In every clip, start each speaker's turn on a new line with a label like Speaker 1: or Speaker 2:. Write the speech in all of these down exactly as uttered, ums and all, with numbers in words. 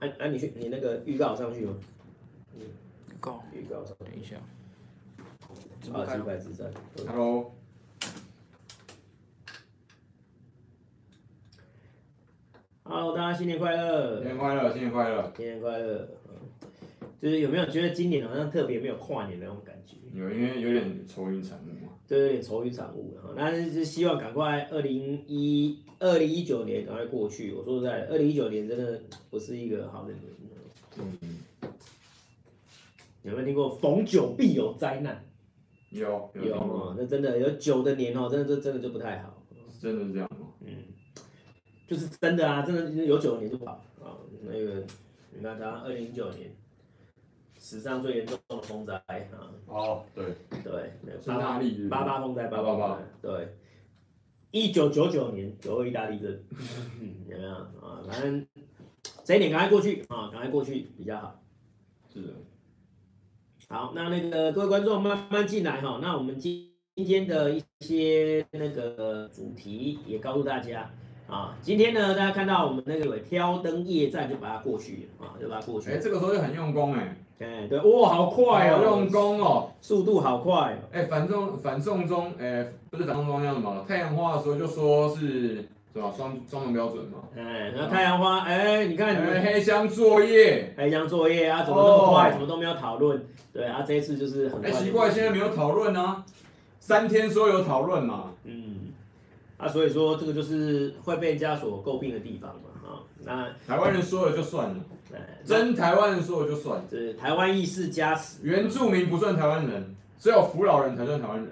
Speaker 1: 啊啊，你去你那个预告上去吗？
Speaker 2: 预告，
Speaker 1: 预告上，
Speaker 2: 等一下。
Speaker 1: 啊，击败之战。
Speaker 3: Hello。
Speaker 1: Hello， 大家新年快乐！
Speaker 3: 新年快乐，新年快乐！
Speaker 1: 新年快乐！就是有没有觉得今年好像特别没有跨年的那种感觉？
Speaker 3: 有，因为有点愁云惨雾嘛。
Speaker 1: 对，有点愁云惨雾了。但是希望赶快二零一二零一九年赶快过去。我说实在，二零一九年真的不是一个好的年。嗯。有没有听过逢九必有灾难？
Speaker 3: 有有
Speaker 1: 有哦，那真的有九的年哦，真的这真的就不太好。
Speaker 3: 真的是这样吗？
Speaker 1: 嗯。就是真的啊，真的有九年就不好啊。那个，你看他二零一九年史上最严重的风灾啊。
Speaker 3: 哦，对
Speaker 1: 对，
Speaker 3: 是哪里？
Speaker 1: 八八风灾，八
Speaker 3: 八
Speaker 1: 八。对，一九九九年九二意大利震，有没有啊？反正这一年赶快过去啊，赶快过去比较好。
Speaker 3: 是的。
Speaker 1: 好，那那个各位观众慢慢进来哈。那我们今今天的一些那个主题也告诉大家。啊，今天呢，大家看到我们那个挑灯夜战就把它过去了啊，就把它过去。
Speaker 3: 哎、欸，这个时候就很用功哎、
Speaker 1: 欸。哎、欸，对，哇，好快哦、喔，
Speaker 3: 用功哦，
Speaker 1: 速度好快哦、喔。
Speaker 3: 哎、欸，反送反送中，哎、欸，不是反送中叫什么？太阳花的时候就说是什么双双重标准嘛。
Speaker 1: 哎、欸，那太阳花，哎、欸，你看你们、
Speaker 3: 欸、黑箱作业，
Speaker 1: 黑箱作业啊，怎么那么快，怎、哦、么都没有讨论？对啊，这一次就是很快。
Speaker 3: 哎、欸，奇怪，现在没有讨论啊，三天说有讨论嘛。
Speaker 1: 嗯。啊，所以说这个就是会被人家所诟病的地方嘛，啊，那
Speaker 3: 台湾人说了就算了，真台湾人说了就算，
Speaker 1: 这台湾意识加持，
Speaker 3: 原住民不算台湾人，只有福老人才算台湾人。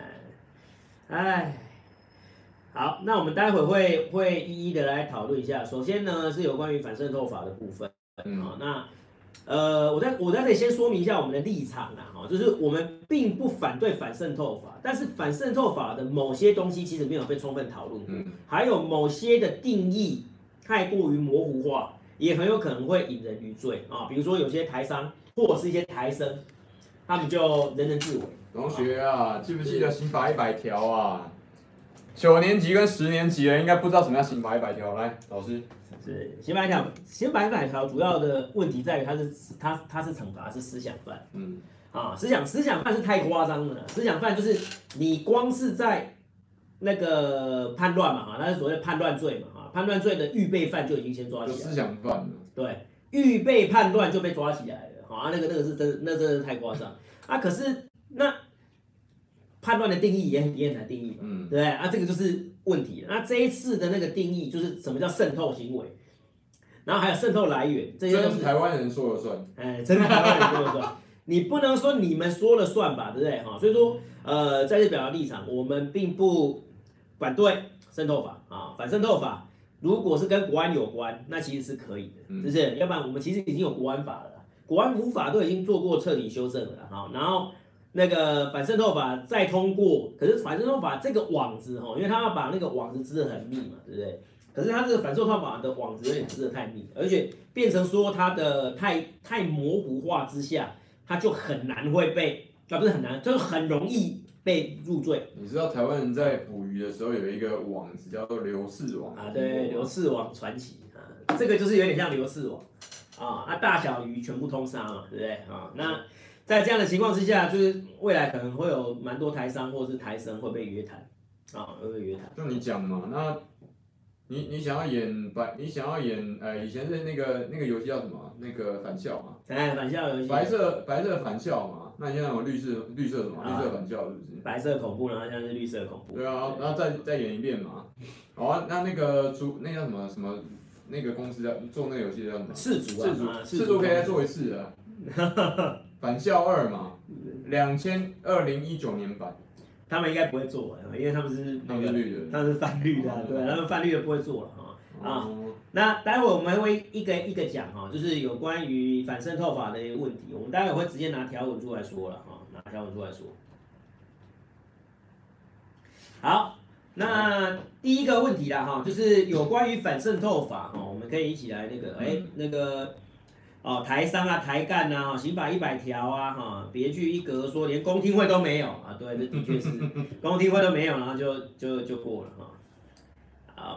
Speaker 1: 哎，好，那我们待会会会一一的来讨论一下。首先呢是有关于反渗透法的部分，嗯，啊，那。呃，我在我在这里先说明一下我们的立场啦，哈，就是我们并不反对反渗透法，但是反渗透法的某些东西其实没有被充分讨论过，嗯、还有某些的定义太过于模糊化，也很有可能会引人于罪啊。比如说有些台商或者是一些台生，他们就人人自危。
Speaker 3: 同学啊，记不记得刑法一百条啊？九年级跟十年级的应该不知道什么叫刑法一百条，来，老师。
Speaker 1: 是刑法一条，刑法一百条主要的问题在于它是它它是惩罚是思想犯，嗯，啊思想思想犯是太夸张了，思想犯就是你光是在那个叛乱嘛，哈，那是所谓的叛乱罪嘛，哈，叛乱罪的预备犯就已经先抓起来了，
Speaker 3: 思想犯了，
Speaker 1: 对，预备叛乱就被抓起来了，啊，那个那个是真那真的是太夸张啊，可是那叛乱的定义也很也很难定义嘛，嗯，对不对？啊，这个就是问题了。那这一次的那个定义就是什么叫渗透行为？然后还有渗透来源，这些都是
Speaker 3: 台湾人说了算。
Speaker 1: 哎，真的台湾人说了算，你不能说你们说了算吧，对不对？哈，所以说，呃，在这表达立场，我们并不反对渗透法啊，反渗透法如果是跟国安有关，那其实是可以的，是不是？要不然我们其实已经有国安法了，国安五法都已经做过彻底修正了哈，然后那个反渗透法再通过，可是反渗透法这个网子哈，因为它要把那个网子织得很密嘛，对不对？可是它这个反渗透法的网子有点织得太密，而且变成说它的太太模糊化之下，它就很难会被，啊不是很难，就是很容易被入罪。
Speaker 3: 你知道台湾人在捕鱼的时候有一个网子叫做刘氏网
Speaker 1: 啊？对，刘氏网传奇啊，这个就是有点像刘氏网啊，那大小鱼全部通杀嘛，对不对啊？那在这样的情况之下，就是未来可能会有蛮多台商或者是台生会被约谈啊，会被约谈。
Speaker 3: 就你讲嘛，那。你你想要演白，你想要演，呃，以前是那个那个游戏叫什么？那个返校嘛。
Speaker 1: 哎，返校游戏。
Speaker 3: 白色白色返校嘛，那你现在有绿色绿色什么？绿色返校是不是？
Speaker 1: 白色恐怖，然后现在是绿色恐怖。
Speaker 3: 对啊，然后再再演一遍嘛。好啊，那那个主那叫什么什么？那个公司叫做那个游戏叫什么？
Speaker 1: 赤足啊。
Speaker 3: 赤足，赤足可以再做一次啊。返校二嘛，两千二零一九年版。
Speaker 1: 他们应该不会做，因为他们是那个，他们是泛绿的，对，他们泛绿的不会做了哈啊。那待会我们会一个一个讲哈，就是有关于反渗透法的一个问题，我们待会会直接拿条文出来说了哈，拿条文出来说。好，那第一个问题啦哈，就是有关于反渗透法哈，我们可以一起来那个，哎，那个。哦，台商啊，台干啊，哈，刑法一百条啊，哈，别具一格说连公听会都没有啊，对，这的确是公听会都没有，然后就就就过了哈。好，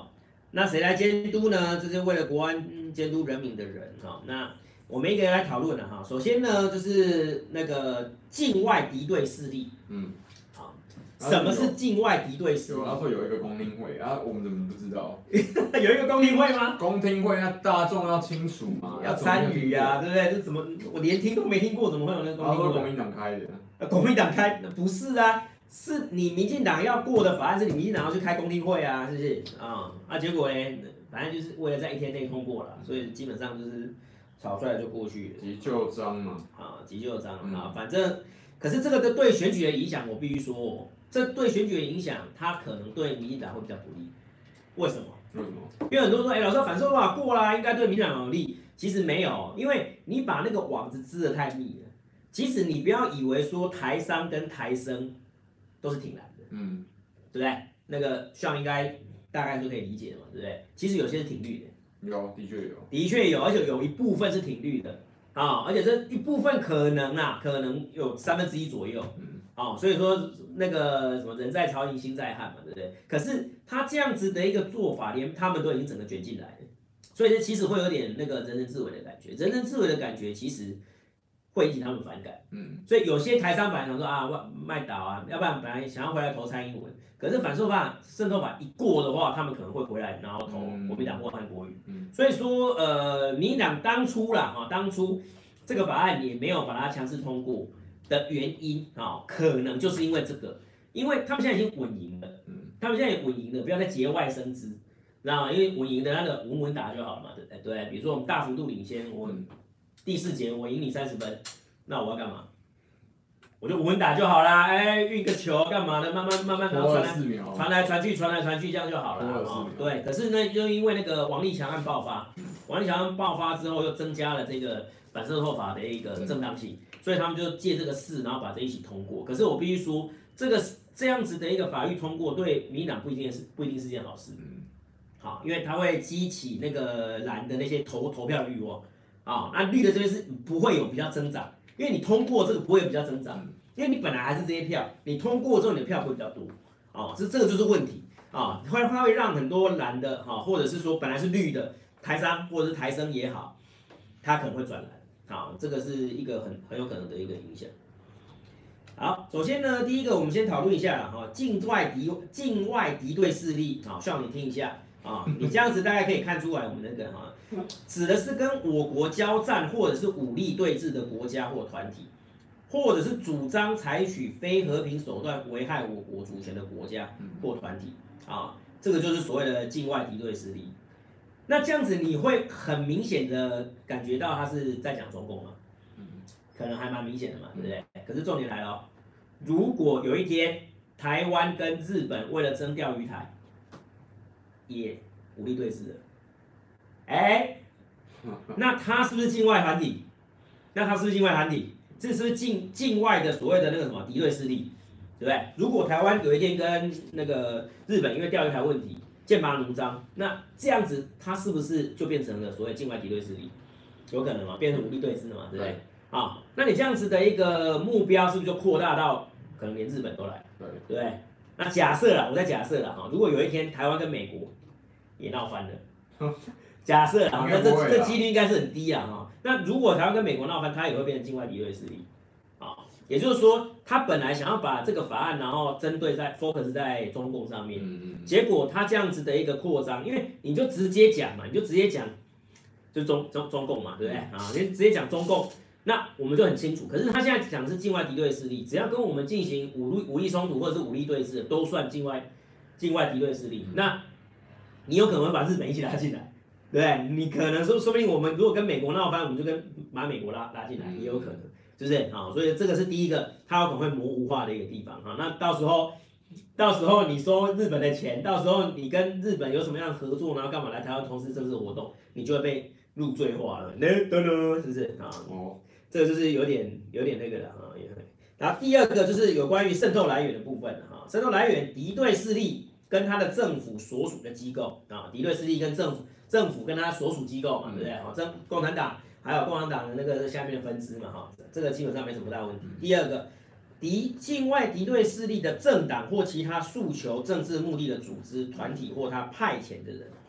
Speaker 1: 那谁来监督呢？这是为了国安监督人民的人哈。那我们一个人来讨论了哈。首先呢，就是那个境外敌对势力。嗯。好，什么是境外敌对势力？
Speaker 3: 他说有一个公听会啊，我们怎么不知道？
Speaker 1: 有一个公听会吗？
Speaker 3: 公听会，那大众要清楚嘛，
Speaker 1: 要参与啊，对不对？这怎么我连听都没听过，怎么会有那个公听会？
Speaker 3: 他说国民党开的。
Speaker 1: 呃，国民党开不是啊。是你民进党要过的法案，是你民进党要去开公听会啊，是不是啊？啊，结果呢，反正就是为了在一天内通过了，所以基本上就是草率就过去了。
Speaker 3: 急救章嘛。啊，
Speaker 1: 急救章啊，反正，可是这个对选举的影响，我必须说，这对选举的影响，它可能对民进党会比较不利。为什么？
Speaker 3: 为什么？
Speaker 1: 因为很多人说，哎，老师反送中法过啦，应该对民进党有利。其实没有，因为你把那个网子织得太密了。其实你不要以为说台商跟台生都是挺蓝的，嗯，对不对？那个像应该大概都可以理解的嘛，对不对？其实有些是挺绿的，
Speaker 3: 有，的确有，
Speaker 1: 的确有，而且有一部分是挺绿的啊，而且这一部分可能啊，可能有三分之一左右，嗯，啊，所以说那个什么人在朝廷心在汉嘛，对不对？可是他这样子的一个做法，连他们都已经整个卷进来了，所以这其实会有点那个人人自危的感觉，人人自危的感觉其实会引起他们反感，嗯，所以有些台商本来想说啊，卖岛啊，要不然本来想要回来投蔡英文，可是反渗透法、渗透法一过的话，他们可能会回来，然后投国民党或韩国瑜，嗯，所以说呃，民进党当初啦，哈，当初这个法案也没有把它强势通过的原因啊，可能就是因为这个，因为他们现在已经稳赢了，嗯，他们现在也稳赢了，不要再节外生枝，知道吗？因为稳赢的那个稳稳打就好了嘛，对对，比如说我们大幅度领先，我。第四节我赢你三十分，那我要干嘛？我就稳打就好啦，哎，运个球干嘛的？慢慢慢慢然后传来传来传去，传来传去，这样就好了。哦，对，可是呢，就因为那个王立强案爆发，王立强案爆发之后，又增加了这个反渗透法的一个正当性，所以他们就借这个事，然后把这一起通过。可是我必须说，这个这样子的一个法律通过，对民进党不一定是不一定是件好事。好，因为它会激起那个蓝的那些投投票的欲望。啊，那绿的这边是不会有比较增长，因为你通过这个不会有比较增长，因为你本来还是这些票，你通过之后你的票会比较多，哦，这这个就是问题啊，会它会让很多蓝的哈，或者是说本来是绿的台商或者是台生也好，它可能会转蓝，啊，这个是一个很很有可能的一个影响。好，首先呢，第一个我们先讨论一下哈，境外敌境外敌对势力，好，希望你听一下。啊，你这样子大概可以看出来，我们那个哈，指的是跟我国交战或者是武力对峙的国家或团体，或者是主张采取非和平手段危害我国主权的国家或团体啊，这个就是所谓的境外敌对势力。那这样子你会很明显的感觉到他是在讲中共吗？可能还蛮明显的嘛，对不对？可是重点来了，如果有一天台湾跟日本为了争钓鱼台，也武力对峙了，哎，那他是不是境外团体？那他是不是境外团体？这是不是境境外的所谓的那个什么敌对势力，对不对？如果台湾有一天跟那个日本因为钓鱼台问题剑拔弩张，那这样子他是不是就变成了所谓境外敌对势力？有可能嘛，变成武力对峙了嘛，对不对？啊，那你这样子的一个目标是不是就扩大到可能连日本都来？对，对不对？那假设啦，我在假设啦哈，如果有一天台湾跟美国也闹翻了，假设啊，那这这几率应该是很低啊哈。那如果台湾跟美国闹翻，它也会变成境外敌对势力，啊，也就是说，他本来想要把这个法案，然后针对在 focus 在中共上面，结果他这样子的一个扩张，因为你就直接讲嘛，你就直接讲，就中中中共嘛，对不对啊？你直接讲中共。那我们就很清楚，可是他现在讲的是境外敌对势力，只要跟我们进行武力武力冲突或者是武力对峙，都算境外境外敌对势力。那你有可能会把日本一起拉进来，对不对？你可能说，说不定我们如果跟美国闹翻，我们就跟把美国拉拉进来，也有可能，是不是？啊，所以这个是第一个，它有可能会模糊化的一个地方哈。那到时候，到时候你收日本的钱，到时候你跟日本有什么样的合作，然后干嘛来台湾从事政治活动，你就会被入罪化了，噔噔噔，是不是啊？哦。这个就是有点有点那个了哈，然后第二个就是有关于渗透来源的部分哈，渗透来源敌对势力跟他的政府所属的机构啊，敌对势力跟政府政府跟他所属机构嘛，对不对？哈，政共产党还有共产党的那个下面的分支嘛，哈，这个基本上没什么大问题。第二个，敌境外敌对势力的政党或其他诉求政治目的的组织团体或他派遣的人，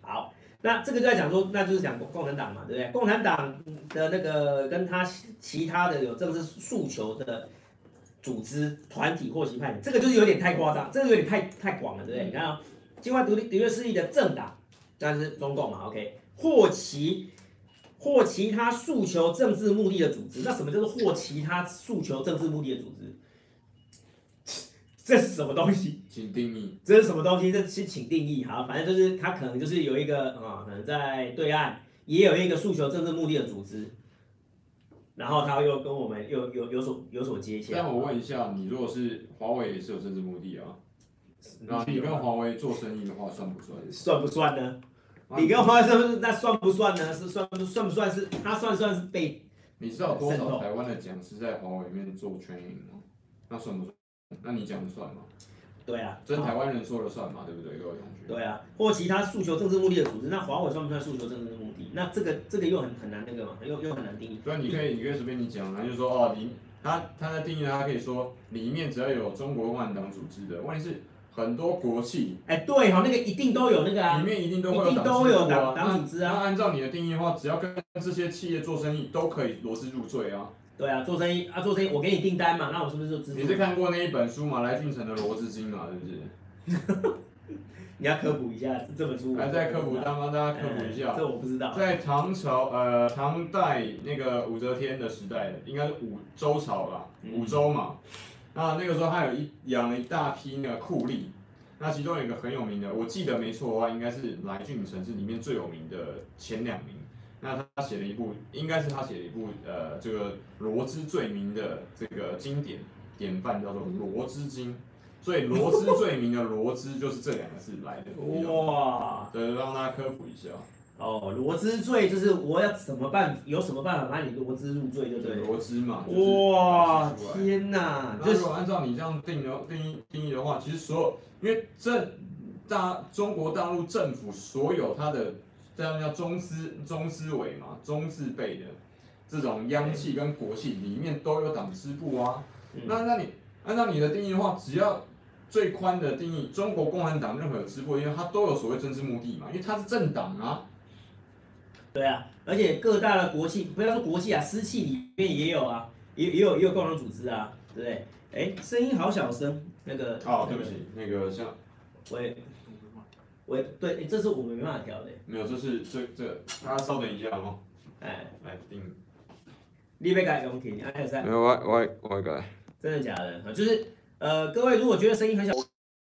Speaker 1: 好，那这个就在讲说，那就是讲共产党嘛，对不对？共产党的那个跟他其他的有政治诉求的组织、团体或其派别，这个就是有点太夸张，这个有点太太广了，对不对？你看啊、哦，境外独立敌对势力的政党，那是中共嘛 ，OK， 或其或其他诉求政治目的的组织，那什么叫做或其他诉求政治目的的组织？这是什么东西？
Speaker 3: 请定义。
Speaker 1: 这是什么东西？这是请定义。好，反正就是它可能就是有一个啊、可能在对岸也有一个诉求政治目的的组织，然后它又跟我们又有有所有所接洽。
Speaker 3: 但我问一下，你如果是华为也是有政治目的啊，那你跟华为做生意的话，算不算？
Speaker 1: 算不算呢？你跟华为是不是那算不算呢？是算算不算是它算不算是被？
Speaker 3: 你知道多少台湾的讲师在华为里面做 training 吗？那算不算？那你讲的算吗？
Speaker 1: 对啊，
Speaker 3: 真台湾人说了算嘛，对不对，各位同学？
Speaker 1: 对啊，或其他诉求政治目的的组织，那华为算不算诉求政治目的？那这个这个又很很难那个嘛，又又很难定义。
Speaker 3: 所以你可以你可以随便你讲啊，就说哦，里他他在定义他可以说里面只要有中国共产党组织的，问题是很多国企，
Speaker 1: 哎，对哈、哦，那个一定都有那个啊，
Speaker 3: 里面一定都会有
Speaker 1: 一定都有党党组织啊。
Speaker 3: 那按照你的定义的话，只要跟这些企业做生意，都可以罗织入罪啊。
Speaker 1: 对啊，做生意啊，做生意，我给你订单嘛，那我是不是就支付？
Speaker 3: 你是看过那一本书嘛？来俊臣的《罗织经》嘛，是不是？
Speaker 1: 你要科普一下这本书。
Speaker 3: 来再科普，当帮大家科普一下。
Speaker 1: 这我不知道。
Speaker 3: 在唐朝，呃，唐代那个武则天的时代，应该是武周朝吧，武周嘛。那那个时候他有一养了一大批那个酷吏，那其中有一个很有名的，我记得没错的话，应该是来俊臣是里面最有名的前两名。那他写了一部，应该是他写了一部呃这个罗织罪名的这个经典典范，叫做《罗织经》。所以罗织罪名的罗织就是这两个字来的。哇！对，让大家科普一下。
Speaker 1: 哦，罗织罪就是我要怎么办？有什么办法把你罗织入罪，对不对？
Speaker 3: 罗织嘛。
Speaker 1: 就是、哇！天哪！
Speaker 3: 那如果按照你这样定的定义定义的话，其实所有因为这大中国大陆政府所有它的。这样叫中司中司委嘛，中字辈的这种央企跟国企里面都有党支部啊。嗯、那那你按照你的定义的话，只要最宽的定义，中国共产党任何有支部，因为它都有所谓政治目的嘛，因为它是政党啊。
Speaker 1: 对啊，而且各大的国企，不要说国企啊，私企里面也有啊，也也有也有共同组织啊，对不对？哎，声音好小声，那个
Speaker 3: 哦，对不起，那个像
Speaker 1: 喂。喂，对，这是我们没办法调的。
Speaker 3: 没有，这是这这，大家稍等一下哦。
Speaker 1: 哎，
Speaker 3: 来定。
Speaker 1: 你要改用听，还有啥？
Speaker 3: 没有，我我我改。
Speaker 1: 真的假的？就是呃，各位如果觉得声音很小，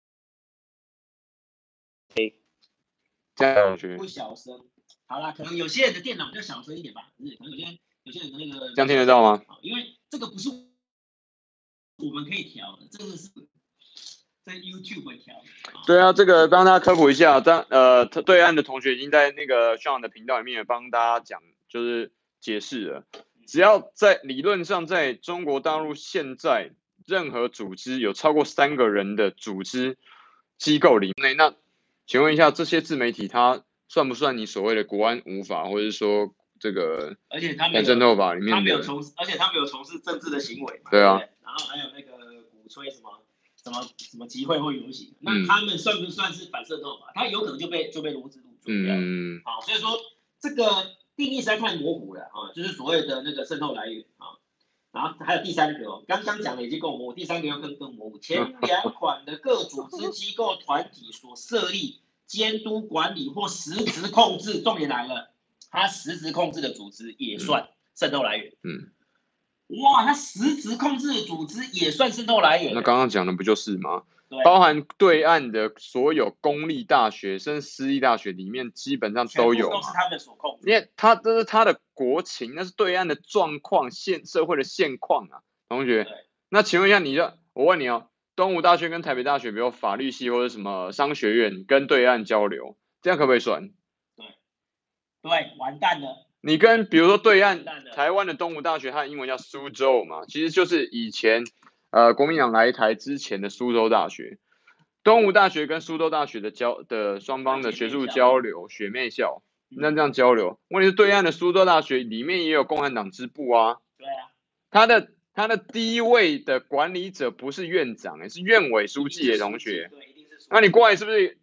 Speaker 3: 哎，加油！
Speaker 1: 不小声。好啦，可能有些人的电脑比较小声一点吧，是，可能有些人有些人的那个。
Speaker 3: 这样听得到吗？
Speaker 1: 因为这个不是我们可以调的，这个是。在 YouTube 调。
Speaker 3: 对啊，这个帮大家科普一下，当呃对岸的同学已经在那个 Sean 的频道里面也帮大家讲，就是解释了，只要在理论上在中国大陆现在任何组织有超过三个人的组织机构里面，那请问一下这些自媒体它算不算你所谓的国安无法，或者是说这个
Speaker 1: 而且他没有
Speaker 3: 政斗法里面
Speaker 1: 他没有从事，而且他没有从事政治的行为嘛？
Speaker 3: 对啊，
Speaker 1: 对，然后还有那个鼓吹什么？什么什么集会或游行，那他们算不算是反渗透法？他有可能就被就被罗织入罪了。嗯，好，所以说这个定义实在太模糊了啊，就是所谓的那个渗透来源啊。然后还有第三个哦，刚刚讲的已经够模糊，第三个要更更模糊。前两款的各组织机构团体所设立、监督管理或实质控制，重点来了，它实质控制的组织也算渗透来源。嗯。哇，它实质控制的组织也算渗透来源。
Speaker 3: 那刚刚讲的不就是吗？包含对岸的所有公立大学甚至私立大学里面，基本上都有嘛。
Speaker 1: 都是他们所控制。
Speaker 3: 因为他这是他的国情，那是对岸的状况、现社会的现况啊，同学。那请问一下，你的，我问你哦，东吴大学跟台北大学，比如法律系或者什么商学院跟对岸交流，这样可不可以算？
Speaker 1: 对，对，完蛋了。
Speaker 3: 你跟比如说对岸台湾的东吴大学，它的英文叫苏州嘛，其实就是以前呃国民党来台之前的苏州大学。东吴大学跟苏州大学的交的双方的学术交流，学妹校，那这样交流，问题是对岸的苏州大学里面也有共产党支部啊。
Speaker 1: 对啊。
Speaker 3: 他的他的第一位的管理者不是院长，是院委书记的同学。对，一定是。那你过来是不是？那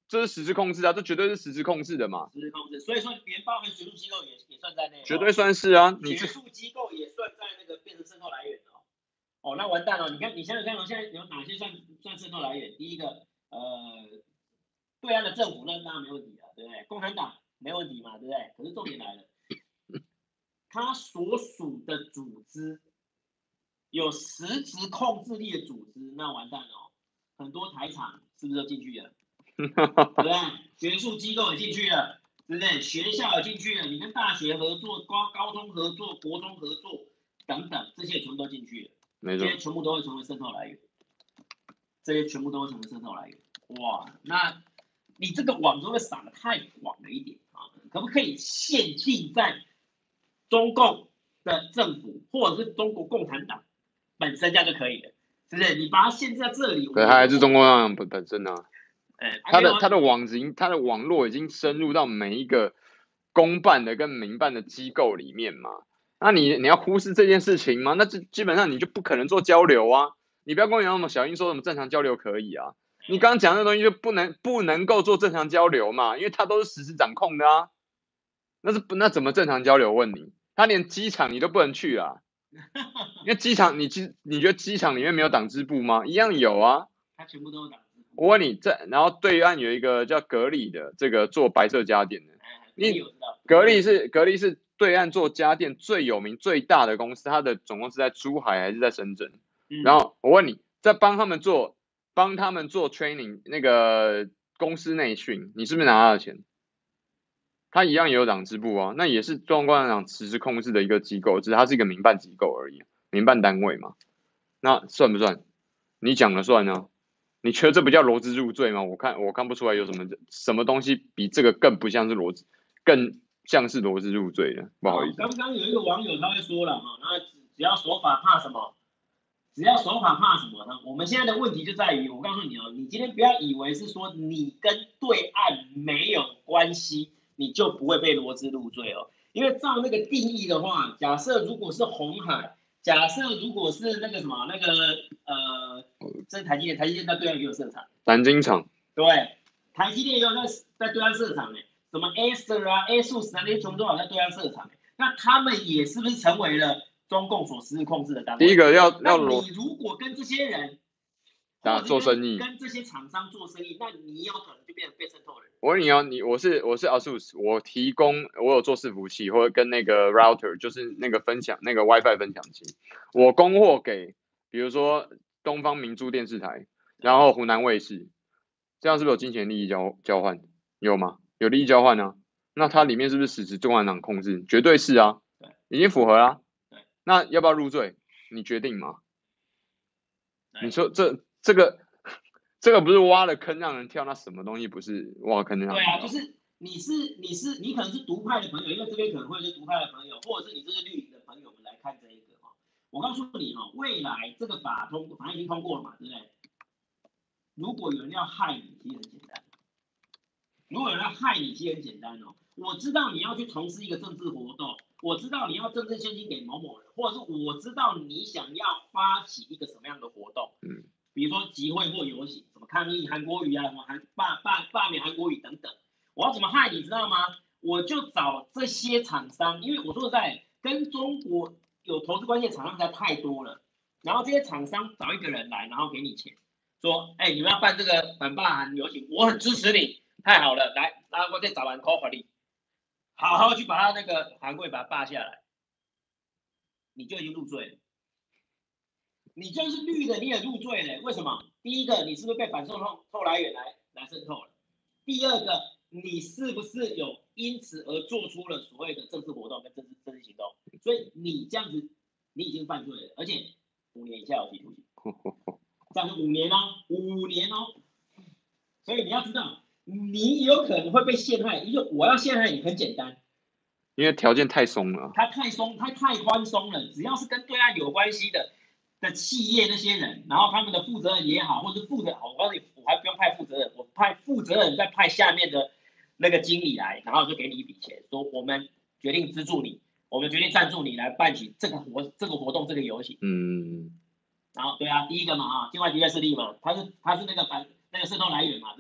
Speaker 4: 这是实质控制啊，这绝对是实质控制的嘛。
Speaker 1: 实质控制，所以说连包含学术机构也也算在内、哦。
Speaker 4: 绝对算是啊，你
Speaker 1: 学术机构也算在那个变成渗透来源哦。哦，那完蛋了！你看，你想想看，哦，现在有哪些算算渗透来源？第一个，呃，对岸的政府那当然没问题了，对不对？共产党没问题嘛，对不对？可是重点来了，他所属的组织有实质控制力的组织，那完蛋了、哦，很多台厂是不是都进去了？对不对？学术机构也进去了，对不对？学校也进去了，你跟大学合作、高高中合作、国中合作等等，这些全部都进去了。
Speaker 4: 没错，
Speaker 1: 这些全部都会成为渗透来源，这些全部都会成为渗透来源。哇，那你这个网会不会撒的太广了一点啊？可不可以限定在中共的政府或者是中国共产党本身这样就可以了？是不是？你把它限制在这里，
Speaker 4: 对，它还是中共党本本身啊。
Speaker 1: 哎，
Speaker 4: 它的它的网已经它的网络已经深入到每一个公办的跟民办的机构里面嘛。那你你要忽视这件事情吗？那这基本上你就不可能做交流啊！你不要跟我讲什么小英说什么正常交流可以啊，你刚刚讲的东西就不能不能够做正常交流嘛，因为它都是实时掌控的啊。那是不那怎么正常交流？问你，他连机场你都不能去啊，因为机场你机你觉得机场里面没有党支部吗？一样有啊，
Speaker 1: 它全部都有党支部。
Speaker 4: 我问你，这然后对岸有一个叫格力的，这个做白色家电的，你格力是格力是对岸做家电最有名最大的公司，它的总公司在珠海还是在深圳？
Speaker 1: 嗯、
Speaker 4: 然后我问你，在帮他们做帮他们做 training 那个公司内训，你是不是拿他的钱？他一样也有党支部啊，那也是中共共产党实时控制的一个机构，只是它是一个民办机构而已，民办单位嘛，那算不算？你讲了算呢？你觉得这不叫罗织入罪吗？我看我看不出来有什么什么东西比这个更不像是罗织，更像是罗织入罪的。不好意思，
Speaker 1: 刚刚有一个网友他会说了哈，那只要守法怕什么？只要守法怕什么呢？我们现在的问题就在于，我告诉你哦，你今天不要以为是说你跟对岸没有关系，你就不会被罗织入罪哦。因为照那个定义的话，假设如果是红海。假设如果是那个什么那个呃，这是台积电，台积电在对岸也有设厂，
Speaker 4: 南京厂，
Speaker 1: 对，台积电也有在在对岸设厂哎，什么 Acer 啊、ASUS 啊那些全部都有在对岸设厂，那他们也是不是成为了中共所实质控制的单位？
Speaker 4: 第一个要要
Speaker 1: 罗，你如果跟这些人
Speaker 4: 打做生意，
Speaker 1: 跟这些厂商做生意，那你有可能就变成被渗透人。
Speaker 4: 我问你哦，你我是我是 ASUS， 我提供我有做伺服器或者跟那个 router， 就是那个分享那个 WiFi 分享器，我供货给比如说东方明珠电视台，然后湖南卫视，这样是不是有金钱利益交交换？有吗？有利益交换啊？那它里面是不是实质中共党控制？绝对是啊，已经符合啦、啊。那要不要入罪？你决定嘛？你说这这个。这个不是挖了坑让人跳，那什么东西不是挖坑让人跳？
Speaker 1: 对啊，就是你是你是你可能是独派的朋友，因为这边可能会是独派的朋友，或者是你这是绿营的朋友们来看这一个哈。我告诉你哈，未来这个法通法已经通过了嘛，对不对？如果有人要害你，其实很简单。如果有人要害你，其实很简单哦。我知道你要去从事一个政治活动，我知道你要政治献金给某某人，或者是我知道你想要发起一个什么样的活动，
Speaker 4: 嗯。
Speaker 1: 比如说集会或游行，什么抗议韩国瑜啊，什么韩罢罢罢免韩国瑜等等，我要怎么害你知道吗？我就找这些厂商，因为我说实在，跟中国有投资关系的厂商实在太多了。然后这些厂商找一个人来，然后给你钱，说，哎、欸，你们要办这个反罢韩游行，我很支持你，太好了，来，然后我再找完 call 你，好好去把他那个韩国瑜把他罢下来，你就已经入罪了。你就是绿的，你也入罪了。为什么？第一个，你是不是被反渗透透来源来来渗透了？第二个，你是不是有因此而做出了所谓的政治活动跟政治政治行动？所以你这样子，你已经犯罪了，而且五年以下有期徒刑。这样是五年哦，五年哦。所以你要知道，你有可能会被陷害。因为我要陷害你很简单，
Speaker 4: 因为条件太松了。
Speaker 1: 它太松，它太宽松了。只要是跟对岸有关系的。的企业那些人，然后他们的负责人也好，或者是负责，我告诉你，我还不用派负责人，我派负责人再派下面的那个经理来，然后就给你一笔钱，说我们决定资助你，我们决定赞助你来办起这个活这个活动这个游戏。
Speaker 4: 嗯。
Speaker 5: 然后对啊，第一个嘛啊，境外敌对势力嘛，他是他是那个反那个渗透来源嘛，对不对？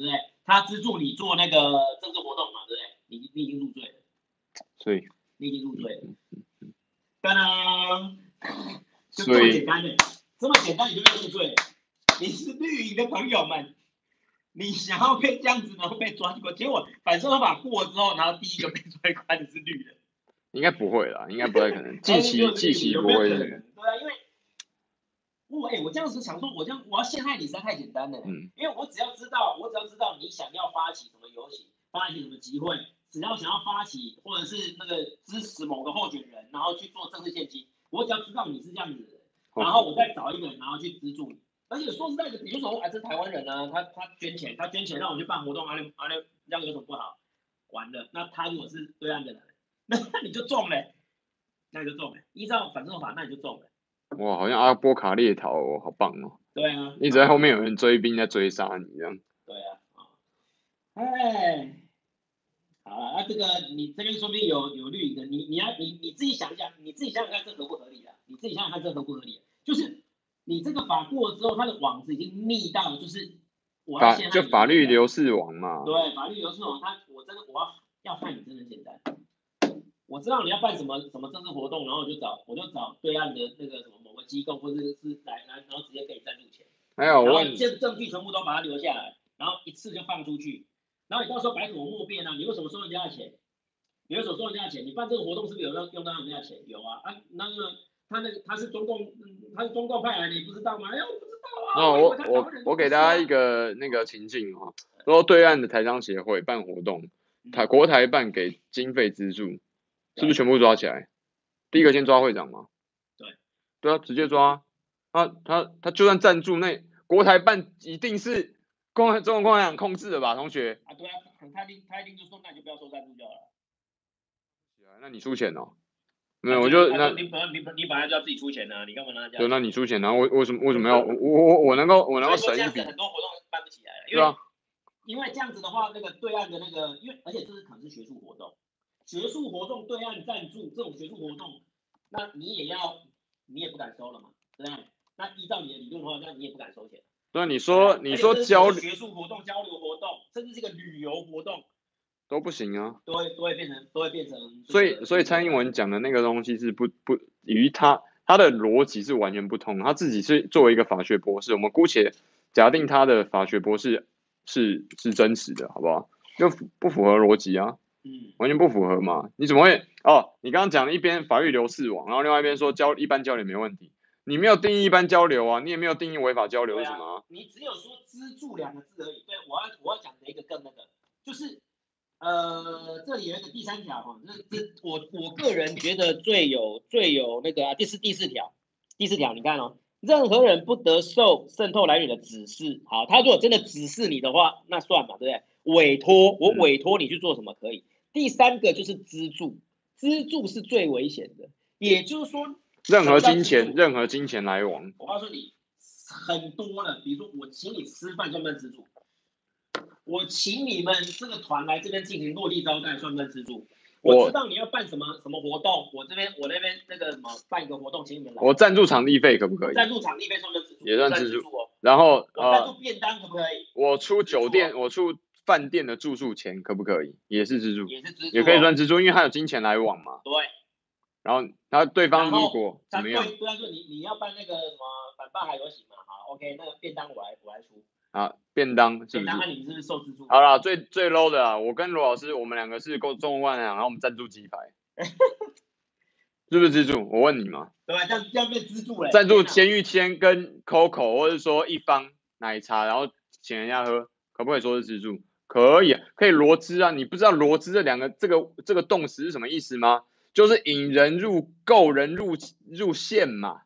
Speaker 1: 他资助你做那个政治活动嘛，对不对？你你已经入罪了，
Speaker 4: 所以
Speaker 1: 你已经入罪了。当当，就这
Speaker 4: 所以
Speaker 1: 么简单的，这么简单你就被入罪了。你是绿营的朋友们，你想要被这样子然后被抓过，结果反正法过了之后，然后第一个被抓关的是绿的。
Speaker 4: 应该不会啦，应该不太可能，近期近期不会那个。
Speaker 1: 对啊，因为我哎、欸，我这样子想说，我这样我要陷害你实在太简单了、欸。嗯。因为我只要知道，我只要知道你想要发起什么游行，发起什么集会，只要想要发起或者是那个支持某个候选人，然后去做政治献金，我只要知道你是这样子的人，然后我再找一个人，然后去资助你。而且说实在的，比如说啊，这台湾人啊，他他捐钱，他捐钱让我去办活动，啊那啊那这样有什么不好？完了，那他如果是对岸的人，那你就中了、欸，那你就中了、欸。依照反正法，那你就中了、欸。
Speaker 4: 哇，好像阿波卡猎逃哦，好棒哦。
Speaker 1: 对啊，
Speaker 4: 一直在后面有人追兵在追杀你这样。
Speaker 1: 对啊，哎，好了，那、啊、这个你这边说不定有有绿营的，你你要你你自己想一想，你自己想想看这合不合理啊？你自己想想看这合不合理、啊？就是你这个法过了之后，它的网子已经密到，就是我要陷害你，
Speaker 4: 就法律流逝网嘛。
Speaker 1: 对，法律流逝网，它我真的我要要害你真的很简单。我知道你要办什么什么政治活动，然后我就找我就找对岸的那个什么某个机构，或者是来来，然后直接给你赞助钱。
Speaker 4: 还有，
Speaker 1: 然后这证据全部都把它留下来，然后一次就放出去。然后你到时候百口莫辩啊！你为什么收人家的钱？你为什么收人家的钱？你办这个活动是不是有用用到人家的钱？有啊啊！那个他那个他是中共，嗯、他是中共派来的，你不知道吗？哎，我不知道啊。
Speaker 4: 那我我我我给大家一
Speaker 1: 个
Speaker 4: 那个情境哈，说对岸的台商协会办活动，台国台办给经费资助，是不是全部抓起来？第一个先抓会长吗？
Speaker 1: 对，
Speaker 4: 对啊，直接抓。他他他就算赞助，那国台办一定是共中国共产党控制的吧，同学？
Speaker 1: 啊，对啊，他一定他一定就说，那你就不要收赞助就好了。
Speaker 4: 那你出钱哦。没有，我就那
Speaker 1: 你本来你你本来就要自己出钱啊，你干嘛拿这样？
Speaker 4: 对，那你出钱啊？我为什么为什么要我我我能够我能够省一笔？
Speaker 1: 很多活动办不起来了，
Speaker 4: 对啊，
Speaker 1: 因为这样子的话，那个对岸的那个，因为而且这是可能是学术活动，学术活动对岸赞助这种学术活动，那你也要你也不敢收了嘛，对不对？那依照你的理论的话，那你也不敢收钱。
Speaker 4: 对，你说你说交
Speaker 1: 学术活动、交流活动，甚至是一个旅游活动。
Speaker 4: 都不行啊，
Speaker 1: 都会都会变成都会变成，
Speaker 4: 所以所以蔡英文讲的那个东西是不不与他他的逻辑是完全不通，他自己是作为一个法学博士，我们姑且假定他的法学博士是是真实的，好不好？就不符合逻辑啊，嗯，完全不符合嘛，你怎么会哦？你刚刚讲一边法律流逝网，然后另外一边说交一般交流没问题，你没有定义一般交流啊，你也没有定义违法交流是什么、啊？
Speaker 1: 你只有说资助两个字而已。对，我要我要讲的一个更那个就是。呃，这里有一个第三条哈，这这我我个人觉得最有最有那个啊，第四第四条，第四条你看哦，任何人不得受渗透来源的指示。好，他如果真的指示你的话，那算嘛，对不对？委托我委托你去做什么可以。第三个就是资助，资助是最危险的，也就是说，
Speaker 4: 任何金钱任何金钱来往，
Speaker 1: 我告诉你很多了，比如说我请你吃饭算不算资助？我请你们这个团来这边进行落地招待，算不算资助？我知道你要办什么什么活动，我这边我那边那个什么办一个活动，请你们来。
Speaker 4: 我赞助场地费可不可以？
Speaker 1: 赞助场地费算不算资助？
Speaker 4: 也算资助
Speaker 1: 哦。
Speaker 4: 然后
Speaker 1: 我赞助便当可不可以？
Speaker 4: 我出酒店，我出饭店的住宿钱可不可以？也是资助，
Speaker 1: 也是资助、哦，
Speaker 4: 也可以算资助，因为他有金钱来往嘛。
Speaker 1: 对。
Speaker 4: 然后，然后对方如果怎么样？
Speaker 1: 对，对方说你你要办那个什么反霸海游行嘛，好 ，OK， 那个便当我来我来出。
Speaker 4: 啊，便当是不是？
Speaker 1: 便当，那你是不是受资助？
Speaker 4: 好啦，最最 low 的啊，我跟罗老师，我们两个是够中万两，然后我们赞助鸡排，是不是资助？我问你嘛。
Speaker 1: 对，这样这样变资助嘞。
Speaker 4: 赞助鲜芋签跟 Coco， 或者说一方奶茶，然后请人家喝，可不可以说是资助？可以，可以罗资啊。你不知道罗资这两个这个这个动词是什么意思吗？就是引人入购人入入线嘛。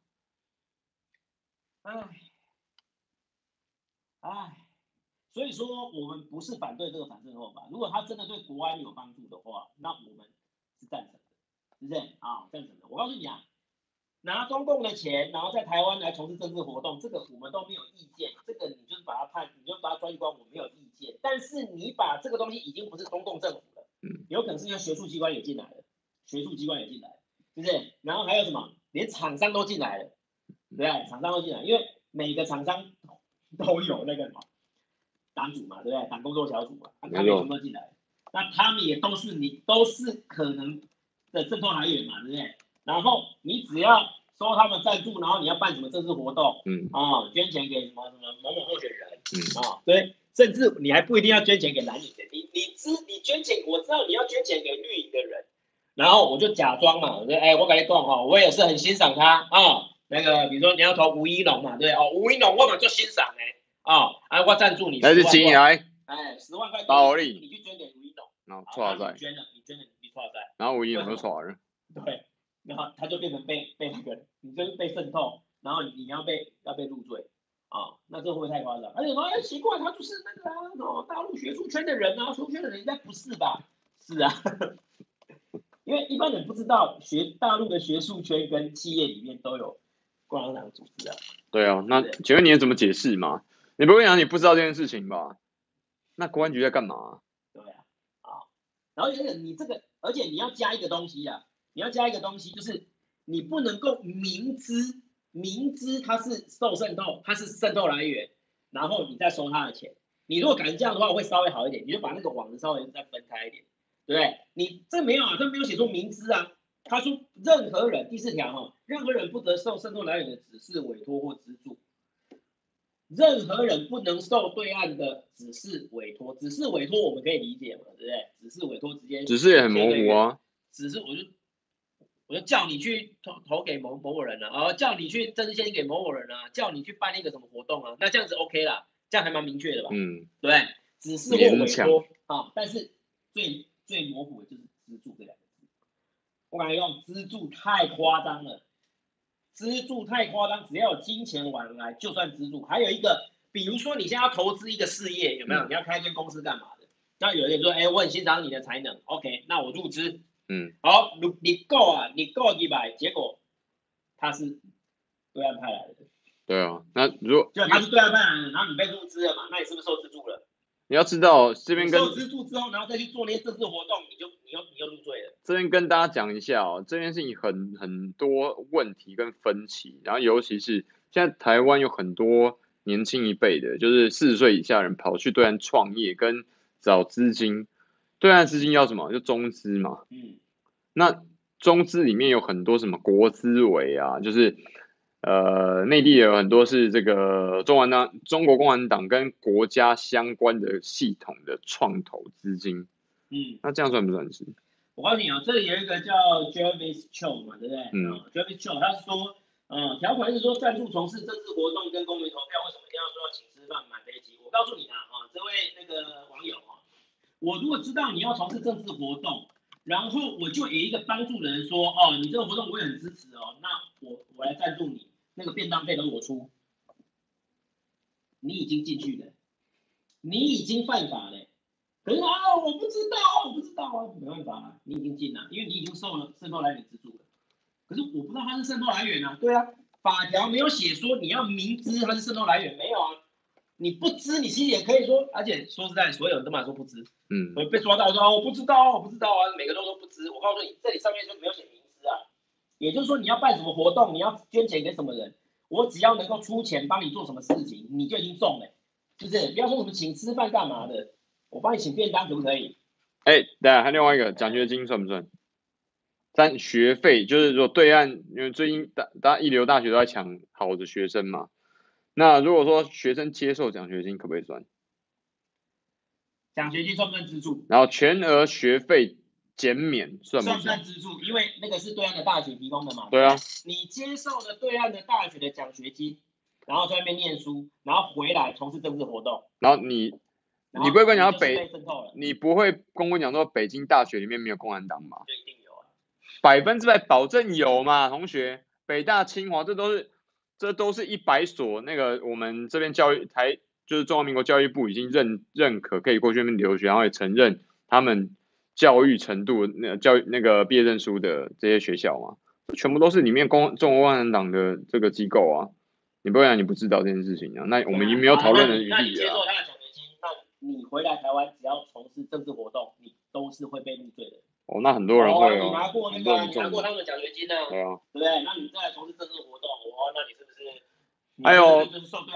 Speaker 1: 唉。哎，所以说我们不是反对这个反渗透法，如果它真的对国安有帮助的话，那我们是赞成的，是不是啊？赞成的。我告诉你啊，拿中共的钱，然后在台湾来从事政治活动，这个我们都没有意见，这个你就是把它判，你就把它抓去关，我没有意见。但是你把这个东西已经不是中共政府了，有可能是因为学术机关也进来了，学术机关也进来了，是不是？然后还有什么？连厂商都进来了，对不对？厂商都进来，因为每个厂商都有那个什么， 党组嘛，对不对？党工作小组嘛，他们
Speaker 4: 没错
Speaker 1: 全部都进来，那他们也都是你都是可能的渗透来源嘛，对不对？然后你只要收他们赞助，然后你要办什么政治活动，
Speaker 4: 嗯
Speaker 1: 啊、捐钱给什么什么某某候选人，
Speaker 4: 嗯
Speaker 1: 啊、对，甚至你还不一定要捐钱给蓝营的，你你知你捐钱，我知道你要捐钱给绿营的人，然后我就假装嘛，我说哎，我跟你讲哈，我也是很欣赏他啊、那个比如说你要投吴一农嘛，对哦，吴一农我嘛就欣赏哎、啊，啊我赞助你
Speaker 4: 那是
Speaker 1: 十万块，
Speaker 4: 金来，
Speaker 1: 哎，十万块
Speaker 4: 暴利
Speaker 1: 你去捐给吴一农，
Speaker 4: 然后
Speaker 1: 好，
Speaker 4: 错在
Speaker 1: 那你，捐了，你捐了你错在，
Speaker 4: 然后吴一农就错了，
Speaker 1: 对，然后他就变成被被那个，你就是被渗透，然后你你要被要被入罪啊，那这会不会太夸张？而且说哎奇怪，他就是那个啊，哦大陆学术圈的人啊，学术圈的人应该不是吧？是啊，因为一般人不知道学大陆的学术圈跟企业里面都有共产党组织啊。
Speaker 4: 对啊，那
Speaker 1: 对
Speaker 4: 请问你怎么解释嘛？你不会讲你不知道这件事情吧？那公安局在干嘛？
Speaker 1: 对啊，啊，然后而且你这个，而且你要加一个东西啊，你要加一个东西，就是你不能够明知明知它是受渗透，它是渗透来源，然后你再收他的钱。你如果敢这样的话，会稍微好一点，你就把那个网子稍微再分开一点，对不对？你这没有啊，这没有写出明知啊。他说任何人第四条哈，任何人不得受渗透来源的指示、委托或资助。任何人不能受对岸的指示委托，指示委托我们可以理解嘛，对不对？指示委托直接
Speaker 4: 只是也很模糊啊。
Speaker 1: 指示我就我就叫你去投投给某某某人啊，啊叫你去政治献金给某某人啊，叫你去办一个什么活动啊，那这样子 OK 啦，这样还蛮明确的吧？
Speaker 4: 嗯，
Speaker 1: 对不对？指示或委托啊，但是最最模糊的就是资助这两个字，我感觉用资助太夸张了。资助太夸张，只要有金钱往来就算资助。还有一个，比如说你现在要投资一个事业，有没有？
Speaker 4: 嗯
Speaker 1: 你要开一间公司干嘛的？那有人说，哎、欸，我很欣赏你的才能 ，OK， 那我入资。
Speaker 4: 嗯，
Speaker 1: 好，你你够啊，你够一百，结果他是对岸派来的。
Speaker 4: 对啊，那如果
Speaker 1: 就他是对岸派来的，然后你被入资了嘛？那你是不是受资助了？
Speaker 4: 你要知道这边跟
Speaker 1: 受资助之后，然后再去做那些政治活动，你就你又你又入罪了。
Speaker 4: 这边跟大家讲一下哦，这件事情很很多问题跟分歧，然后尤其是现在台湾有很多年轻一辈的，就是四十岁以下的人跑去对岸创业跟找资金，对岸资金要什么？就中资嘛。
Speaker 1: 嗯，
Speaker 4: 那中资里面有很多什么国资委啊，就是呃内地有很多是这个中国党、中国共产党跟国家相关的系统的创投资金。
Speaker 1: 嗯，
Speaker 4: 那这样算不算是？
Speaker 1: 我告诉你啊、哦，这里有一个叫 Jervis Cho 嘛，对不对？
Speaker 4: 嗯、
Speaker 1: 哦、，Jervis Cho 他是说，呃，条款是说赞助从事政治活动跟公民投票，为什么一定要说要请吃饭买飞机？我告诉你啦，啊、哦，这位那个网友啊、哦，我如果知道你要从事政治活动，然后我就有一个帮助的人说，哦，你这个活动我也很支持哦，那我我来赞助你，那个便当费都我出，你已经进去了，你已经犯法了。可是啊，我不知道啊，我不知道啊，没办法啊，你已经进了，因为你已经受了渗透来源资助了。可是我不知道它是渗透来源啊，对啊，法条没有写说你要明知它是渗透来源，没有啊，你不知你其实也可以说，而且说实在，所有人都嘛说不知，
Speaker 4: 嗯，
Speaker 1: 被抓到说、哦、我不知道啊，我不知道啊，每个都说不知。我告诉你，这里上面就没有写明知啊，也就是说你要办什么活动，你要捐钱给什么人，我只要能够出钱帮你做什么事情，你就已经中了，是不是？不要说什么请吃饭干嘛的。我帮你请便当可不可以？
Speaker 4: 哎、欸，对啊，还另外一个奖学金算不算？占学费就是说对岸，因为最近大大家一流大学都在抢好的学生嘛。那如果说学生接受奖学金，可不可以算？
Speaker 1: 奖学金算不算资助？
Speaker 4: 然后全额学费减免算不算？
Speaker 1: 算不算资助？因为那个是对岸的大学提供的嘛。
Speaker 4: 对啊。
Speaker 1: 你接受了对岸的大学的奖学金，然后在那边念书，然后回来从事政治活动，
Speaker 4: 然后你。
Speaker 1: 你
Speaker 4: 你不会跟我讲北，
Speaker 1: 你,
Speaker 4: 你不会跟我讲说北京大学里面没有共产党吧？
Speaker 1: 就一定有啊，
Speaker 4: 百分之百保证有嘛，同学。北大、清华这都是，这都是一百所那个我们这边教育台，就是中华民国教育部已经认认可可以过去那边留学，然后也承认他们教育程度那教育那个毕业证书的这些学校嘛，全部都是里面公中国共产党的这个机构啊。你不会讲你不知道这件事情啊？那我们已经没有讨论的余地了。
Speaker 1: 你回来台湾，只要从事政治活动，你都是会被入罪的。
Speaker 4: 哦，那很多人会哦。
Speaker 1: 你拿过那个，你拿过他们的奖学金呢？对
Speaker 4: 啊，
Speaker 1: 对不对？那你再来从事政治活动，哦，那你是不是？
Speaker 4: 还有，
Speaker 1: 就是受对岸的指示。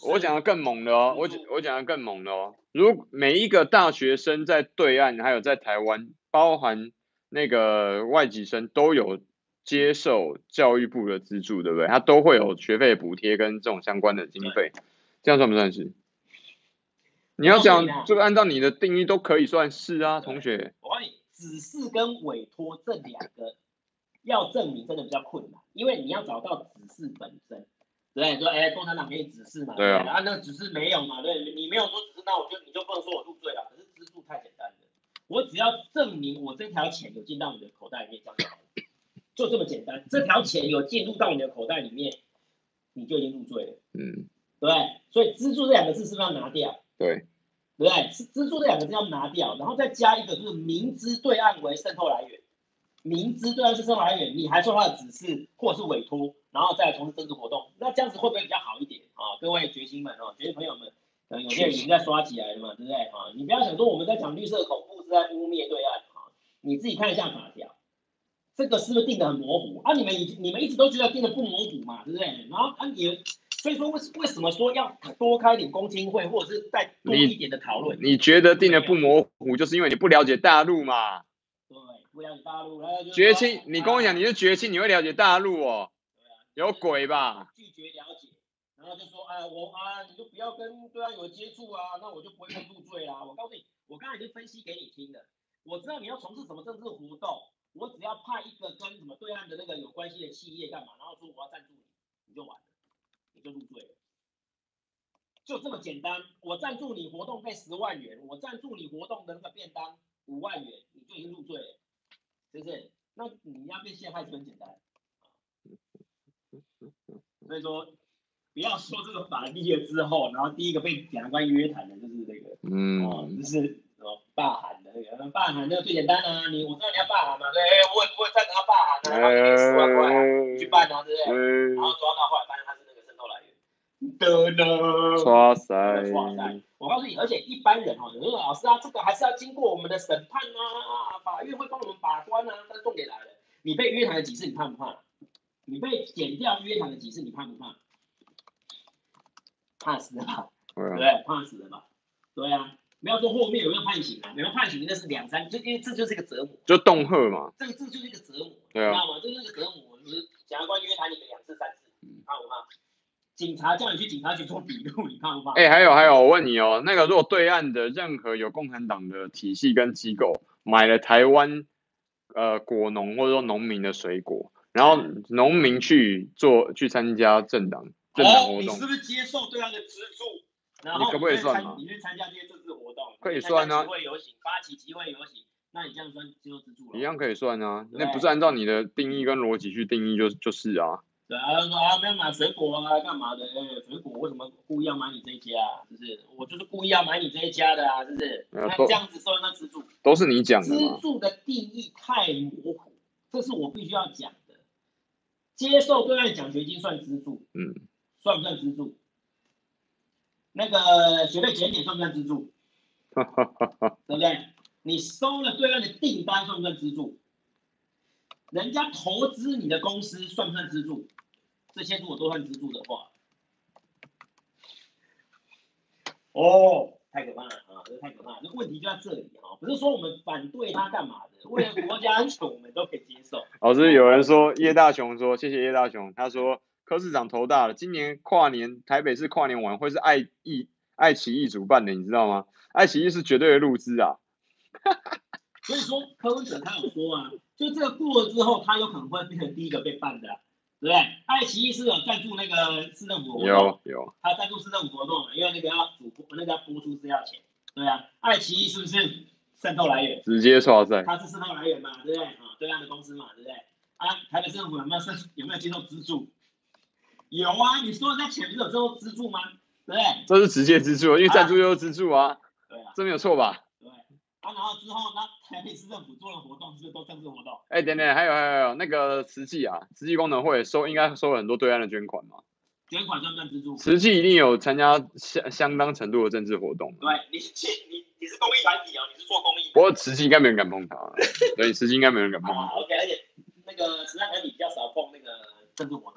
Speaker 4: 我讲的更猛的哦，我讲我讲的更猛的哦。如每一个大学生在对岸，还有在台湾，包含那个外籍生，都有接受教育部的资助，对不对？他都会有学费补贴跟这种相关的经费，这样算不算是？你要讲这个，按照你的定义都可以算是啊，同学。
Speaker 1: 我告诉你，指示跟委托这两个要证明真的比较困难，因为你要找到指示本身。对，说哎，共产党给你指示嘛，
Speaker 4: 对啊，
Speaker 1: 啊，那个指示没有嘛，对，你没有说指示，那我就你就不能说我入罪了。可是资助太简单了，我只要证明我这条钱有进到你的口袋里面，这样就好了，就这么简单。这条钱有进入到你的口袋里面，你就已经入罪了，嗯，对，所以资助这两个字是不是要拿掉？
Speaker 4: 对，
Speaker 1: 对不对？资助这两个字要拿掉，然后再加一个就是明知对岸为渗透来源。明知对岸是渗透来源，你还受他的指示或是委托，然后再从事政治活动，那这样子会不会比较好一点啊？各位决心们哦，决心朋友们，可能有些人已经在刷起来了嘛，对不对啊？你不要想说我们在讲绿色恐怖是在污蔑对岸啊，你自己看一下法条，这个是不是定得很模糊啊？你们已你们一直都觉得定得不模糊嘛，对不对？然后啊你，所以说为为什么说要多开点公听会，或者是再多一点的讨论？
Speaker 4: 你觉得定得不模糊，就是因为你不了解大陆嘛？
Speaker 1: 对，不了解大陆，
Speaker 4: 绝亲，你跟我讲你是绝亲，你会了解大陆哦？有鬼吧？
Speaker 1: 拒绝了解，然后就说，哎，我啊，你就不要跟对岸有接触啊，那我就不会被入罪啦。我告诉你，我刚才已经分析给你听了，我知道你要从事什么政治活动，我只要派一个跟什么对岸的那个有关系的企业干嘛，然后说我要赞助你，你就完了，你就入罪了，就这么简单。我赞助你活动费十万元，我赞助你活动的那个便当五万元，你就已经入罪了，是不是？那你要被陷害是很简单。所以说，不要说这个法立了之后，然后第一个被检察官约谈的就是那个，嗯，哦，就是什么罢韩的那个，那罢韩那个最简单啊，你我知道你要罢韩嘛，对，我我赞成要罢韩啊，然后给你十万块啊，你去办啊，对不对？嗯、然后抓到后来发现他是那个渗透来源，的呢，
Speaker 4: 哇塞，
Speaker 1: 哇塞，我告诉你，而且一般人哦，有人说老师啊，这个还是要经过我们的审判啊，法院会帮我们把关啊，但是重点来了，你被约谈了几次，你怕不怕？你被检调约谈了几次，你怕不怕？怕死了吧？对不对？怕死了吧？对啊，不要说后面有没有判刑啊，有没有判刑那是两三，就因为这就是一个折磨，
Speaker 4: 就恫吓嘛。
Speaker 1: 这个这就是一个折磨，
Speaker 4: 对啊，
Speaker 1: 你知道吗？这就是个折磨。你检察官约谈你们两次三次，你怕不怕？警察叫你去警察局做笔录，你怕不怕？
Speaker 4: 哎、欸，还有还有，我问你哦，那个如果对岸的任何有共产党的体系跟机构买了台湾呃果农或者说农民的水果，然后农民去做去参加政党政党活动、哦，
Speaker 1: 你是不是接受对岸的资助？然后
Speaker 4: 你可不可以算嘛？
Speaker 1: 你去参加这些政治活动，
Speaker 4: 可以算啊。
Speaker 1: 集会游行，发起集会游行，那你这样算接受资助了？
Speaker 4: 一样可以算啊，那不是按照你的定义跟逻辑去定义就就是啊。
Speaker 1: 对啊，说啊，没有买水果啊，干嘛的？哎、欸，水果为什么故意要买你这一家、啊？是不是？我就是故意要买你这一家的啊，是不是？那这样子收那资助，
Speaker 4: 都是你讲的
Speaker 1: 嘛。资助的定义太模糊，这是我必须要讲的。接受对岸奖学金算资助，嗯，算不算资助？那个学费减免算不算资助？对不对？你收了对岸的订单算不算资助？人家投资你的公司算不算资助？这些如果都算资助的话，哦，太可怕了啊！这太可怕了，这问题就在这里啊！不是说我们反对他干嘛的，为了国家安全，我们都可以接受。
Speaker 4: 老师，有人说叶大雄说，谢谢叶大雄，他说柯市长头大了，今年跨年台北市跨年晚会是爱艺爱奇艺主办的，你知道吗？爱奇艺是绝对的入资啊。
Speaker 1: 所以说柯文哲他有说啊，就这个过了之后，他有可能会变成第一个被办的、啊。对不对？爱奇艺是有赞助那个市政府活动，
Speaker 4: 有有，
Speaker 1: 他赞助市政府活动，因为那个要主那个要播出是要钱，对啊。爱奇艺是不是渗透来源？
Speaker 4: 直接刷在，
Speaker 1: 它是渗透来源嘛，对不对？啊，对岸的公司嘛，对不对？啊，台北政府有没有有没有接受资助？有啊，你说那钱不是有接受资助吗？对不对？
Speaker 4: 这是直接资助，因为赞助就是资助啊，
Speaker 1: 对啊，
Speaker 4: 这没有错吧？
Speaker 1: 对。啊，然后之后那台北市政府做的活动是不是都政治活动？
Speaker 4: 哎、欸，等等，还有还有还有那个慈济啊，慈济功能会收应该收了很多对岸的捐款嘛？
Speaker 1: 捐款算不算资助？
Speaker 4: 慈济一定有参加相相当程度的政治活动。
Speaker 1: 对，你你你是公益团体啊，你是做公益。
Speaker 4: 不过慈济应该没人敢碰他，对，慈济应该没人敢碰他。
Speaker 1: 啊 ，OK， 而且那个慈善团体比较少碰那个政治活动。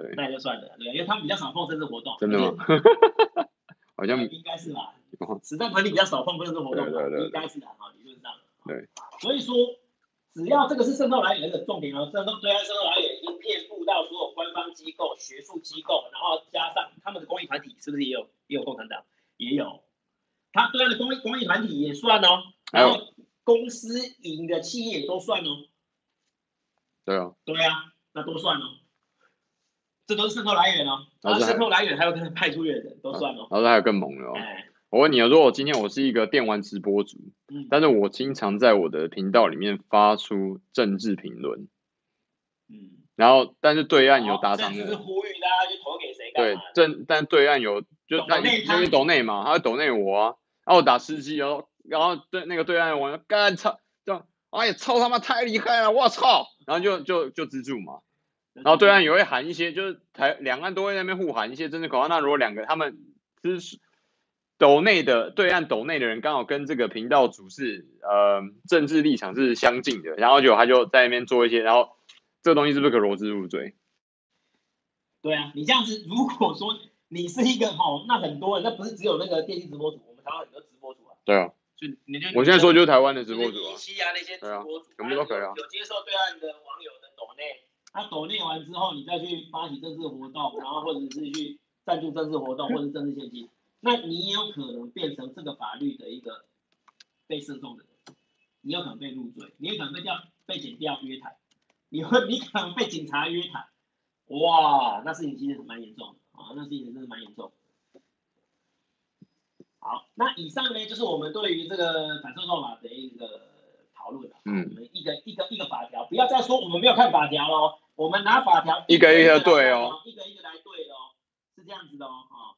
Speaker 4: 对，
Speaker 1: 那就算了，对，因为他们比较少碰政治活动。
Speaker 4: 真的吗？好像
Speaker 1: 应该是吧。实战团体比较少碰政治活动吧，应该是的啊，理论上。
Speaker 4: 对。
Speaker 1: 所以说，只要这个是渗透来源的重点哦，渗透对岸渗透来源已经遍布到所有官方机构、学术机构，然后加上他们的公益团体，是不是也有也有共产党？也有。他对岸的公益公益团体也算哦，然后公司营的企业也都算哦。
Speaker 4: 对啊。
Speaker 1: 对啊，那都算哦。这都是渗透来源哦，然后渗透来源还有跟派出去的人都算哦。
Speaker 4: 然后还有更猛的哦。哎、我问你哦，如果今天我是一个电玩直播主，嗯、但是我经常在我的频道里面发出政治评论，嗯，然后但是对岸有打赏我，
Speaker 1: 就是呼吁大家去投给谁干
Speaker 4: 嘛？对，正但对岸有就那因为抖内嘛，他会抖内我啊，然后我打吃鸡哦，然后对那个对岸我干操这样，哎呀操他妈太厉害了，我操，然后就就就资助嘛。然后对岸也会喊一些，就是台两岸都会在那边互喊一些政治口号。那如果两个他们支持斗内的对岸斗内的人刚好跟这个频道主是呃政治立场是相近的，然后就他就在那边做一些，然后这个东西是不是可罗织入罪？
Speaker 1: 对啊，你这样子，如果说你是一个哈，那很多人，那不是只有那个电竞直播主，我们台湾很多直播主啊。
Speaker 4: 对啊。
Speaker 1: 就你就
Speaker 4: 我现在说就是台湾的直播主啊。
Speaker 1: 西啊那些直播主，
Speaker 4: 全部都可以啊。
Speaker 1: 有接受对岸的网友的抖内。他抖内完之后，你再去发起政治活动，然后或者是去赞助政治活动或者是政治献金，那你也有可能变成这个法律的一个被涉众的人，你有可能被入罪，你有可能被调被检调约谈，你会你可能被警察约谈，哇，那事情其实蛮严重的啊，那事情真的蛮严重的。好，那以上呢就是我们对于这个反渗透法的一个讨论了。嗯，我们一个一个一个法条，不要再说我们没有看法条喽。我们拿法条
Speaker 4: 一个一个对哦，
Speaker 1: 一个一个来对哦，是这样子的哦。哦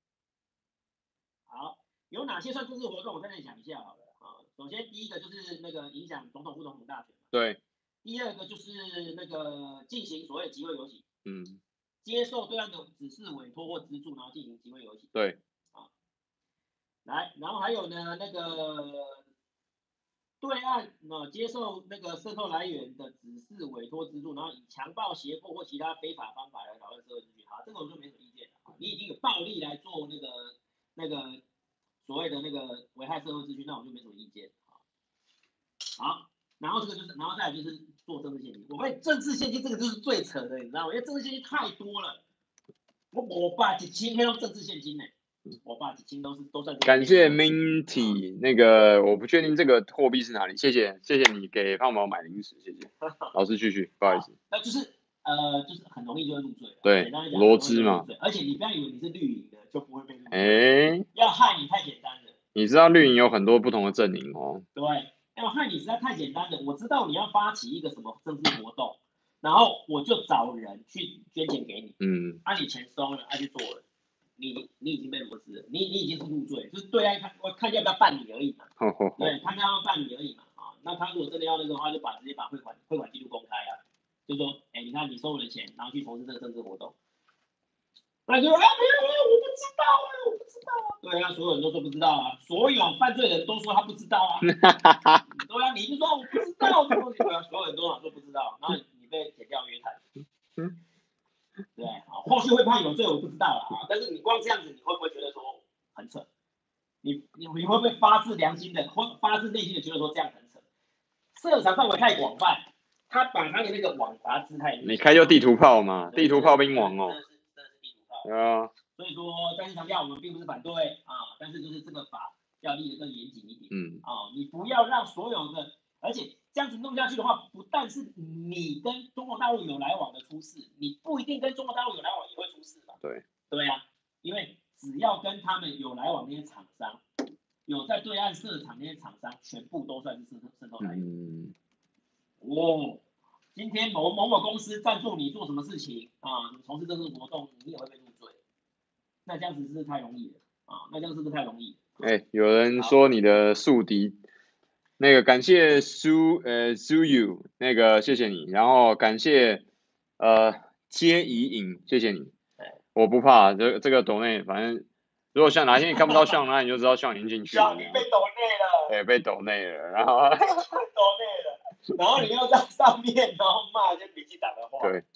Speaker 1: 好，有哪些算政治活动？我再来讲一下好了啊。首先第一个就是那个影响总统、副总统大选。
Speaker 4: 对。
Speaker 1: 第二个就是那个进行所谓的集会游行。
Speaker 4: 嗯。
Speaker 1: 接受对岸的指示、委托或资助，然后进行集会游行。
Speaker 4: 对。
Speaker 1: 啊。来，然后还有呢，那个。对岸呢接受那个渗透来源的指示、委托、资助，然后以强暴、胁迫或其他非法方法来扰乱社会秩序，好，这个我就没什么意见了。你已经有暴力来做那个那个所谓的那个危害社会秩序，那我就没什么意见。好，然后这个就是，然后再来就是做政治献金。我发现政治献金这个就是最扯的，你知道吗？因为政治献金太多了。我我爸几千天用政治献金呢、欸。我爸几千都是都算。
Speaker 4: 感谢 Minty， 那个我不确定这个货币是哪里，谢谢谢谢你给胖宝买零食，谢谢。老师继续，不好意思。
Speaker 1: 那就是呃，就是很容易就会入罪。
Speaker 4: 对，罗织嘛。
Speaker 1: 而且你不要以为你是绿营的就不会被入罪。
Speaker 4: 哎、
Speaker 1: 欸，要害你太简单了。
Speaker 4: 你知道绿营有很多不同的阵营哦。
Speaker 1: 对，要害你实在太简单了。我知道你要发起一个什么政治活动，然后我就找人去捐钱给你。嗯。啊，你钱收了，啊去做了。你你已经被罗织了，你你已经是入罪，就是对岸看我看要不要办理而已嘛，
Speaker 4: 哦哦、
Speaker 1: 对，看要不要办理而已嘛，啊，那他如果真的要那个的话，就把直接把汇款汇款记录公开啊，就说，哎、欸，你看你收我的钱，然后去从事这个政治活动，那就啊没有啊，我不知道啊，我不知道啊，对啊，所有人都说不知道啊，所有犯罪人都说他不知道啊，对啊，你就说我不知道这东西，对啊，所有人都说不知道，然后你被检调约谈。对，好，后续会判有罪我不知道了啊，但是你光这样子，你会不会觉得说很扯？你你你会不会发自良心的，或发自内心的觉得说这样很扯？涉场范围太广泛，他把他的那个网罚姿态，
Speaker 4: 你开就地图炮嘛，地图炮兵王哦，
Speaker 1: 真的是真的是地图炮。
Speaker 4: 对啊。
Speaker 1: 所以说，再次强调，我们并不是反对啊，但是就是这个法要立得更严谨一点。嗯。啊，你不要让所有的，而且。这样子弄下去的话，不但是你跟中国大陆有来往的出事，你不一定跟中国大陆有来往也会出事吧？
Speaker 4: 对，
Speaker 1: 对啊，因为只要跟他们有来往那些厂商，有在对岸设厂那些厂商，全部都算是渗透渗透来源。嗯。哦，今天某某某公司赞助你做什么事情啊？你从事政治活动，你也会被入罪。那这样子是不是太容易了啊？那这样是不是太容易了？
Speaker 4: 哎、欸，有人说你的宿敌。那个感谢苏呃苏 you 那个谢谢你，然后感谢呃接怡影谢谢你，我不怕这这个抖内，反正如果像哪天你看不到像，那你就知道像已经进去了。
Speaker 1: 像你被抖内了。
Speaker 4: 对，被抖内了，然后。
Speaker 1: 抖内了，然后你要在上面然后骂一些民进党的话。
Speaker 4: 对，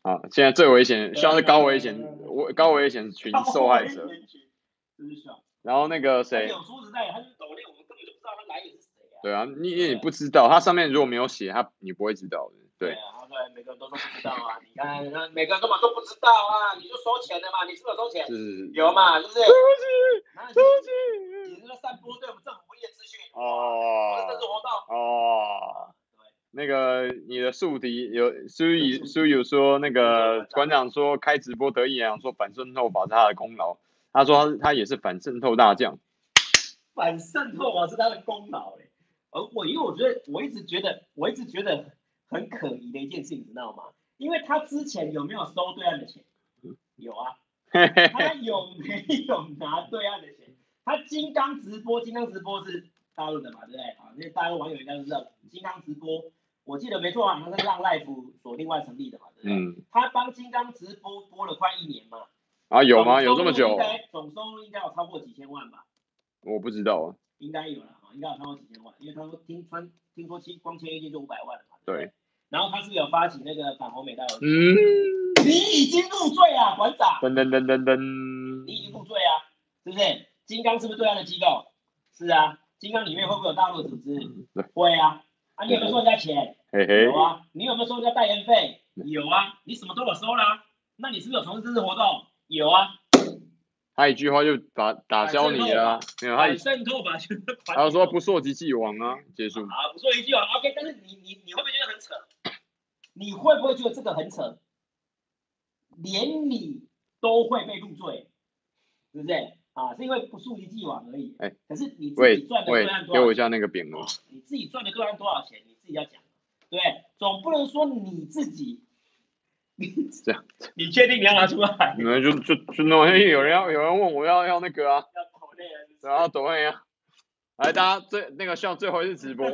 Speaker 4: 好，现在最危险，像是高危险，我高危险群受害者。然后那个谁，
Speaker 1: 有说实在，他是抖内，我们根本就不知道他来源是谁啊。
Speaker 4: 对啊，你你不知道，他上面如果没有写，他你不会知道的。对
Speaker 1: 啊，对，每个人都说不知道啊。你看，每个人根本都不知道啊，你就收钱的嘛，你是不是有收钱？
Speaker 4: 是
Speaker 1: 有嘛，是不是？
Speaker 4: 对不起，对不起，
Speaker 1: 你是在散播对我们政府不利的资讯
Speaker 4: 哦，
Speaker 1: 政治活动
Speaker 4: 哦。那个你的宿敌有苏宇苏宇说那个馆长说开直播得意洋洋说反渗透法是他的功劳，他说他他也是反渗透大将。
Speaker 1: 反渗透法是他的功劳哎，而我因为我觉得我一直觉得我一直觉得很可疑的一件事情，你知道吗？因为他之前有没有收对岸的钱？有啊，他有没有拿对岸的钱？他金刚直播，金刚直播是大陆的嘛，对不对？啊，那大陆网友应该都知道，金刚直播，我记得没错啊，他是让 Live 所另外成立的嘛，对不对？嗯。他帮金刚直播播了快一年嘛。
Speaker 4: 啊，有吗？有这么久？
Speaker 1: 总收入应该有超过几千万吧？
Speaker 4: 我不知道啊。
Speaker 1: 应该有了啊，应该有超过几千万，因为他说听穿听说签光签约金就五百万了嘛。
Speaker 4: 对。
Speaker 1: 然后他是不是有发起那个反红美大游行？
Speaker 4: 嗯。
Speaker 1: 你已经入罪啊，馆长。
Speaker 4: 噔噔噔噔噔。
Speaker 1: 你已经入罪啊，是不是？金刚是不是对岸的机构？是啊。金刚里面会不会有大陆的组织？会啊。啊，你有没有收人家钱？
Speaker 4: 嘿嘿
Speaker 1: 有啊。你有没有收人家代言费？有啊。你什么都有收啦。那你是不是有从事政治活动？有啊。
Speaker 4: 他一句话就打打消你了，没有他
Speaker 1: 渗透法就是
Speaker 4: 他说不溯及既往啊，结束。
Speaker 1: 啊，不溯及既往 ，OK。但是你你你会不会觉得很扯？你会不会觉得这个很扯？连你都会被入罪，对不对？啊，是因为不溯及既往而已。哎，可是你自己赚的对岸多少？
Speaker 4: 给我一下那个匾额。
Speaker 1: 你自己赚的对岸多少钱？你自己要讲，对不对？总不能说你自己。
Speaker 4: 这样，
Speaker 1: 你确定你要拿出来？
Speaker 4: 你们就就就那种，有人要有人问我要要那个啊，
Speaker 1: 要抖内啊，
Speaker 4: 然后抖内啊，来大家最那个像最后一次直播，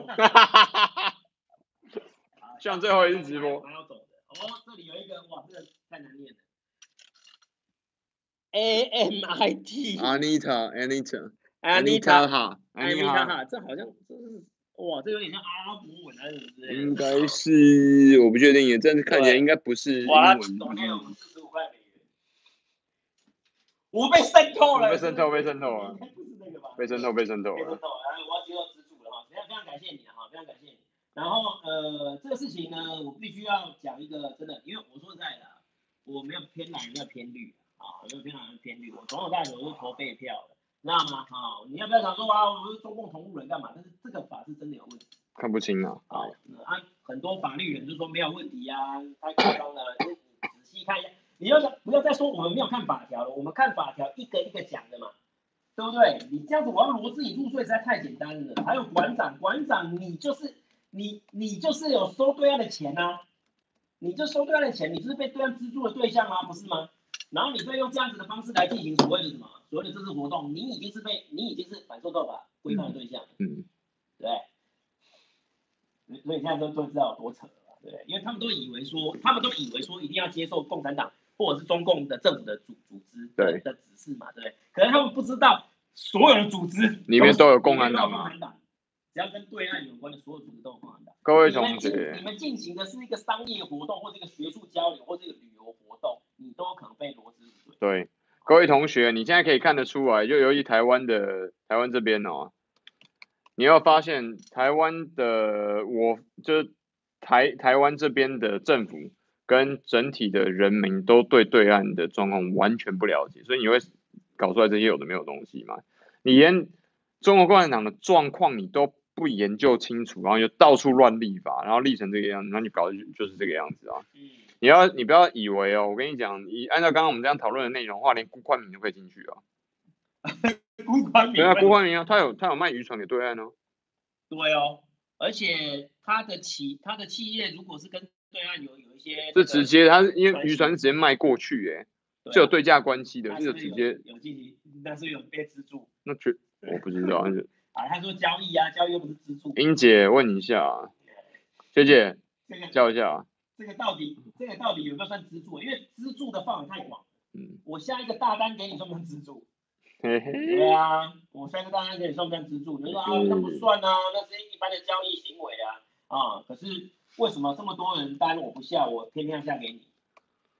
Speaker 4: 像最后一次直播。
Speaker 1: 要走的哦，这里有一个哇，这个太难念了 ，A M I T。
Speaker 4: Anita Anita
Speaker 1: Anita
Speaker 4: 哈
Speaker 1: Anita 哈，这好像这是。哇，这有点像阿拉伯文还是什么之类的？
Speaker 4: 应该是，我不确定，也真的看起来应该不是英文。
Speaker 1: 哇，昨天我们四十五块美元，我被渗透了，
Speaker 4: 被渗透，被渗透了，
Speaker 1: 不是那个吧？
Speaker 4: 被渗透，被渗透了。
Speaker 1: 被渗透了，然后我要接受资助了哈，非常非常感谢你哈，非常感谢你。然后呃，这个事情呢，我必须要讲一个真的，因为我说实在的，我没有偏蓝，没有偏绿啊，没有偏蓝，偏绿，我从头到尾我是投废票的。知道吗？好，你要不要想说啊，我们是中共同路人干嘛？但是这个法是真的有问题，
Speaker 4: 看不清啊。
Speaker 1: 好，啊，很多法律人就说没有问题啊，太夸张了。你仔细看一下，你要不要再说我们没有看法条了？我们看法条一个一个讲的嘛，对不对？你这样子我要罗自己入罪实在太简单了。还有馆长，馆长你就是你你就是有收对岸的钱啊，你就收对岸的钱，你就是被对岸资助的对象吗？不是吗？然后你再用这样子的方式来进行所谓的什么所谓的政治活动，你已经是被你已经是反渗透法规范的对象，嗯，对，所以现在都都知道有多扯了，对，因为他们都以为说，他们都以为说一定要接受共产党或者是中共的政府的组组织的的指示嘛，对不对？可是他们不知道所有的组织
Speaker 4: 里面都有共产党嘛，
Speaker 1: 只要跟对岸有关的所有组织都有共产党。
Speaker 4: 各位同学，
Speaker 1: 你们进行的是一个商业活动，或者一个学术交流，或者一个旅游活动，你都有可能被罗织入罪。
Speaker 4: 对，各位同学，你现在可以看得出来，就由于台湾的台湾这边哦，你要发现台湾的我就台台湾这边的政府跟整体的人民都对对岸的状况完全不了解，所以你会搞出来这些有的没有东西嘛？你连中国共产党的状况你都不研究清楚，然后就到处乱立法，然后立成这个样子，那你搞的就是这个样子啊！你要你不要以为哦，我跟你讲，你按照刚刚我们这样讨论的内容的话，连辜宽明都可以进去啊。
Speaker 1: 辜宽明，
Speaker 4: 对啊，辜宽明啊，他有他有卖渔船给对岸哦。
Speaker 1: 对哦，而且他的企他的企业如果是跟对岸有有一些，
Speaker 4: 是直接他因为渔船是直接卖过去、欸，哎、啊，是有对价关系的，是直接
Speaker 1: 有进行，但是有被资助。
Speaker 4: 那绝我不知道，是
Speaker 1: 啊，他说交易啊，交易又不是资助。
Speaker 4: 英姐问你一下、啊，学姐，这个教一下、啊。
Speaker 1: 这个到底这个到底有没有算资助？因为资助的范围太广。嗯，我下一个大单给你算不算资助？嘿嘿对啊，我下一个大单给你算不算资助？你说啊，那不算啊，那是一般的交易行为啊。啊，可是为什么这么多人单我不下，我偏偏要下给你？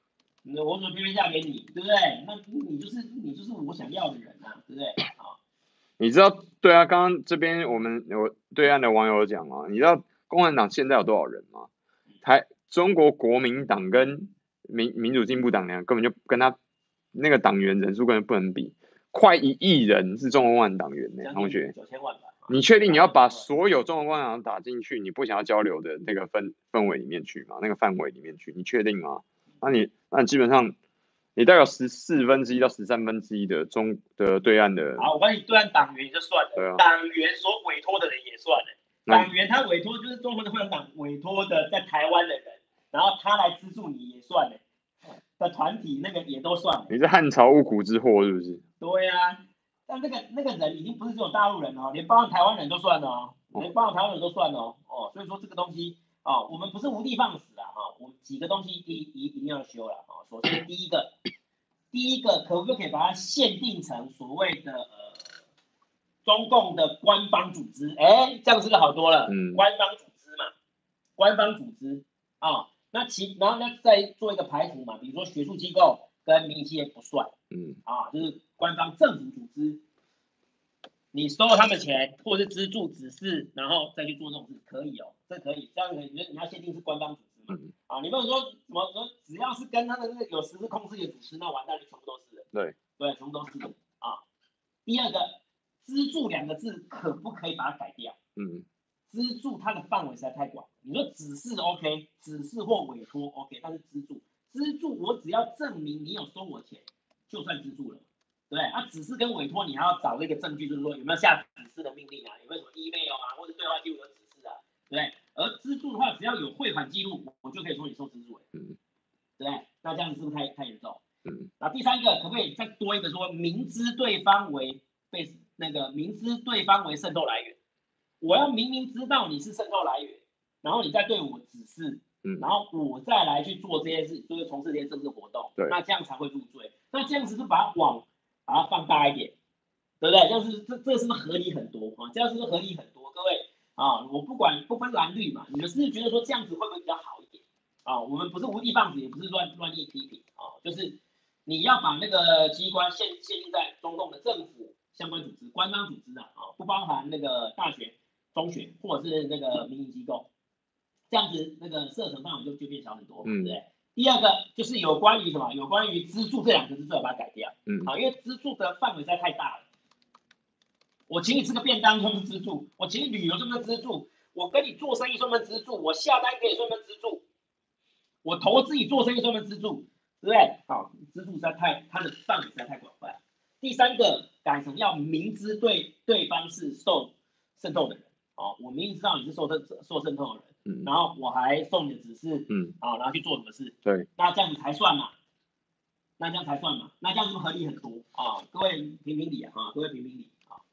Speaker 1: 那我怎么偏偏嫁给你，对不对？那你就是你就是我想要的人啊，对不对？啊，
Speaker 4: 你知道对啊，刚刚这边我们有对岸的网友讲啊，你知道共产党现在有多少人吗？台中国国民党跟民民主进步党呢，根本就跟他那个党员人数根本不能比，快一亿人是中国共产党员呢，同学。
Speaker 1: 九千万吧。
Speaker 4: 你确定你要把所有中国共产党打进去你不想要交流的那个氛氛围里面去吗？那个范围里面去，你确定吗？那你那你基本上你大概有十四分之一到十三分之一的中的对岸的。
Speaker 1: 好，我帮你对岸党员就算了，
Speaker 4: 对啊，
Speaker 1: 党员所委托的人也算了。党员他委托就是中国的共产党委托的在台湾的人，然后他来资助你也算了，的团体那个也都算了。
Speaker 4: 你是汉朝误苦之祸是不是？
Speaker 1: 对啊，但那个那个人已经不是只有大陆人哦，连包含台湾人都算了哦，连包含台湾人都算了哦。哦，所以说这个东西哦，我们不是无的放矢啊哈，我几个东西一一一定要修了啊。首先第一个，第一个可不可以把它限定成所谓的呃中共的官方组织？哎，这样是不是好多了？嗯，官方组织嘛，官方组织啊、哦，那其然后呢再做一个排除嘛，比如说学术机构跟民营企业不算，嗯啊，就是官方政府组织，你收了他们钱或是资助指示，然后再去做这种事，可以哦，这可以，这样你你要限定是官方组织嘛，嗯、啊，你不能说什么说只要是跟他的那个有实质控制的组织，那完蛋就全部都是了，
Speaker 4: 对
Speaker 1: 对，全部都是的啊。第二个，资助两个字可不可以把它改掉？嗯，资助它的范围实在太广，你说指示 OK， 指示或委托 OK， 但是资助，资助我只要证明你有收我钱，就算资助了。对，啊，指示跟委托你还要找那个证据，就是说有没有下指示的命令啊，有没有什么 email 啊，或者对话记录有指示啊，对不对？而资助的话，只要有汇款记录，我就可以说你受资助，嗯，对不对？那这样子是不是太太严重？嗯，然后第三个，可不可以再多一个说，明知对方为被那个明知对方为渗透来源，我要明明知道你是渗透来源，然后你再对我指示，嗯，然后我再来去做这些事，就是从事这些政治活动，对，那这样才会入罪。那这样子是把它往把它放大一点，对不对？这样是这这是不是合理很多啊？这样是不是合理很多？各位啊，我不管不分蓝绿嘛，你们是不是觉得说这样子会不会比较好一点啊？我们不是无的放矢，也不是乱乱意批评啊，就是你要把那个机关限限定在中共的政府相关组织、官方组织啊，啊，不包含那个大学、中学或者是那个民营机构，这样子那个射程范围就就变小很多，嗯、对不对？第二个就是有关于什么？有关于资助这两个字，最好把它改掉。嗯，好，因为资助的范围实在太大了。我请你吃个便当算不算资助？我请你旅游算不算资助？我跟你做生意算不算资助？我下单给你算不算资助？我投资你做生意算不算资助？对不对？好，资助实在太它的范围实在太广泛。第三个改成要明知对对方是受渗透的人，哦，我明明知道你是受渗受渗透的人。嗯、然后我还送你的指示，嗯，啊，然后去做什么事？对，那这样子才算嘛？那这样才算嘛？那这样是不是合理很多啊？各位评评理啊！各位评评理啊！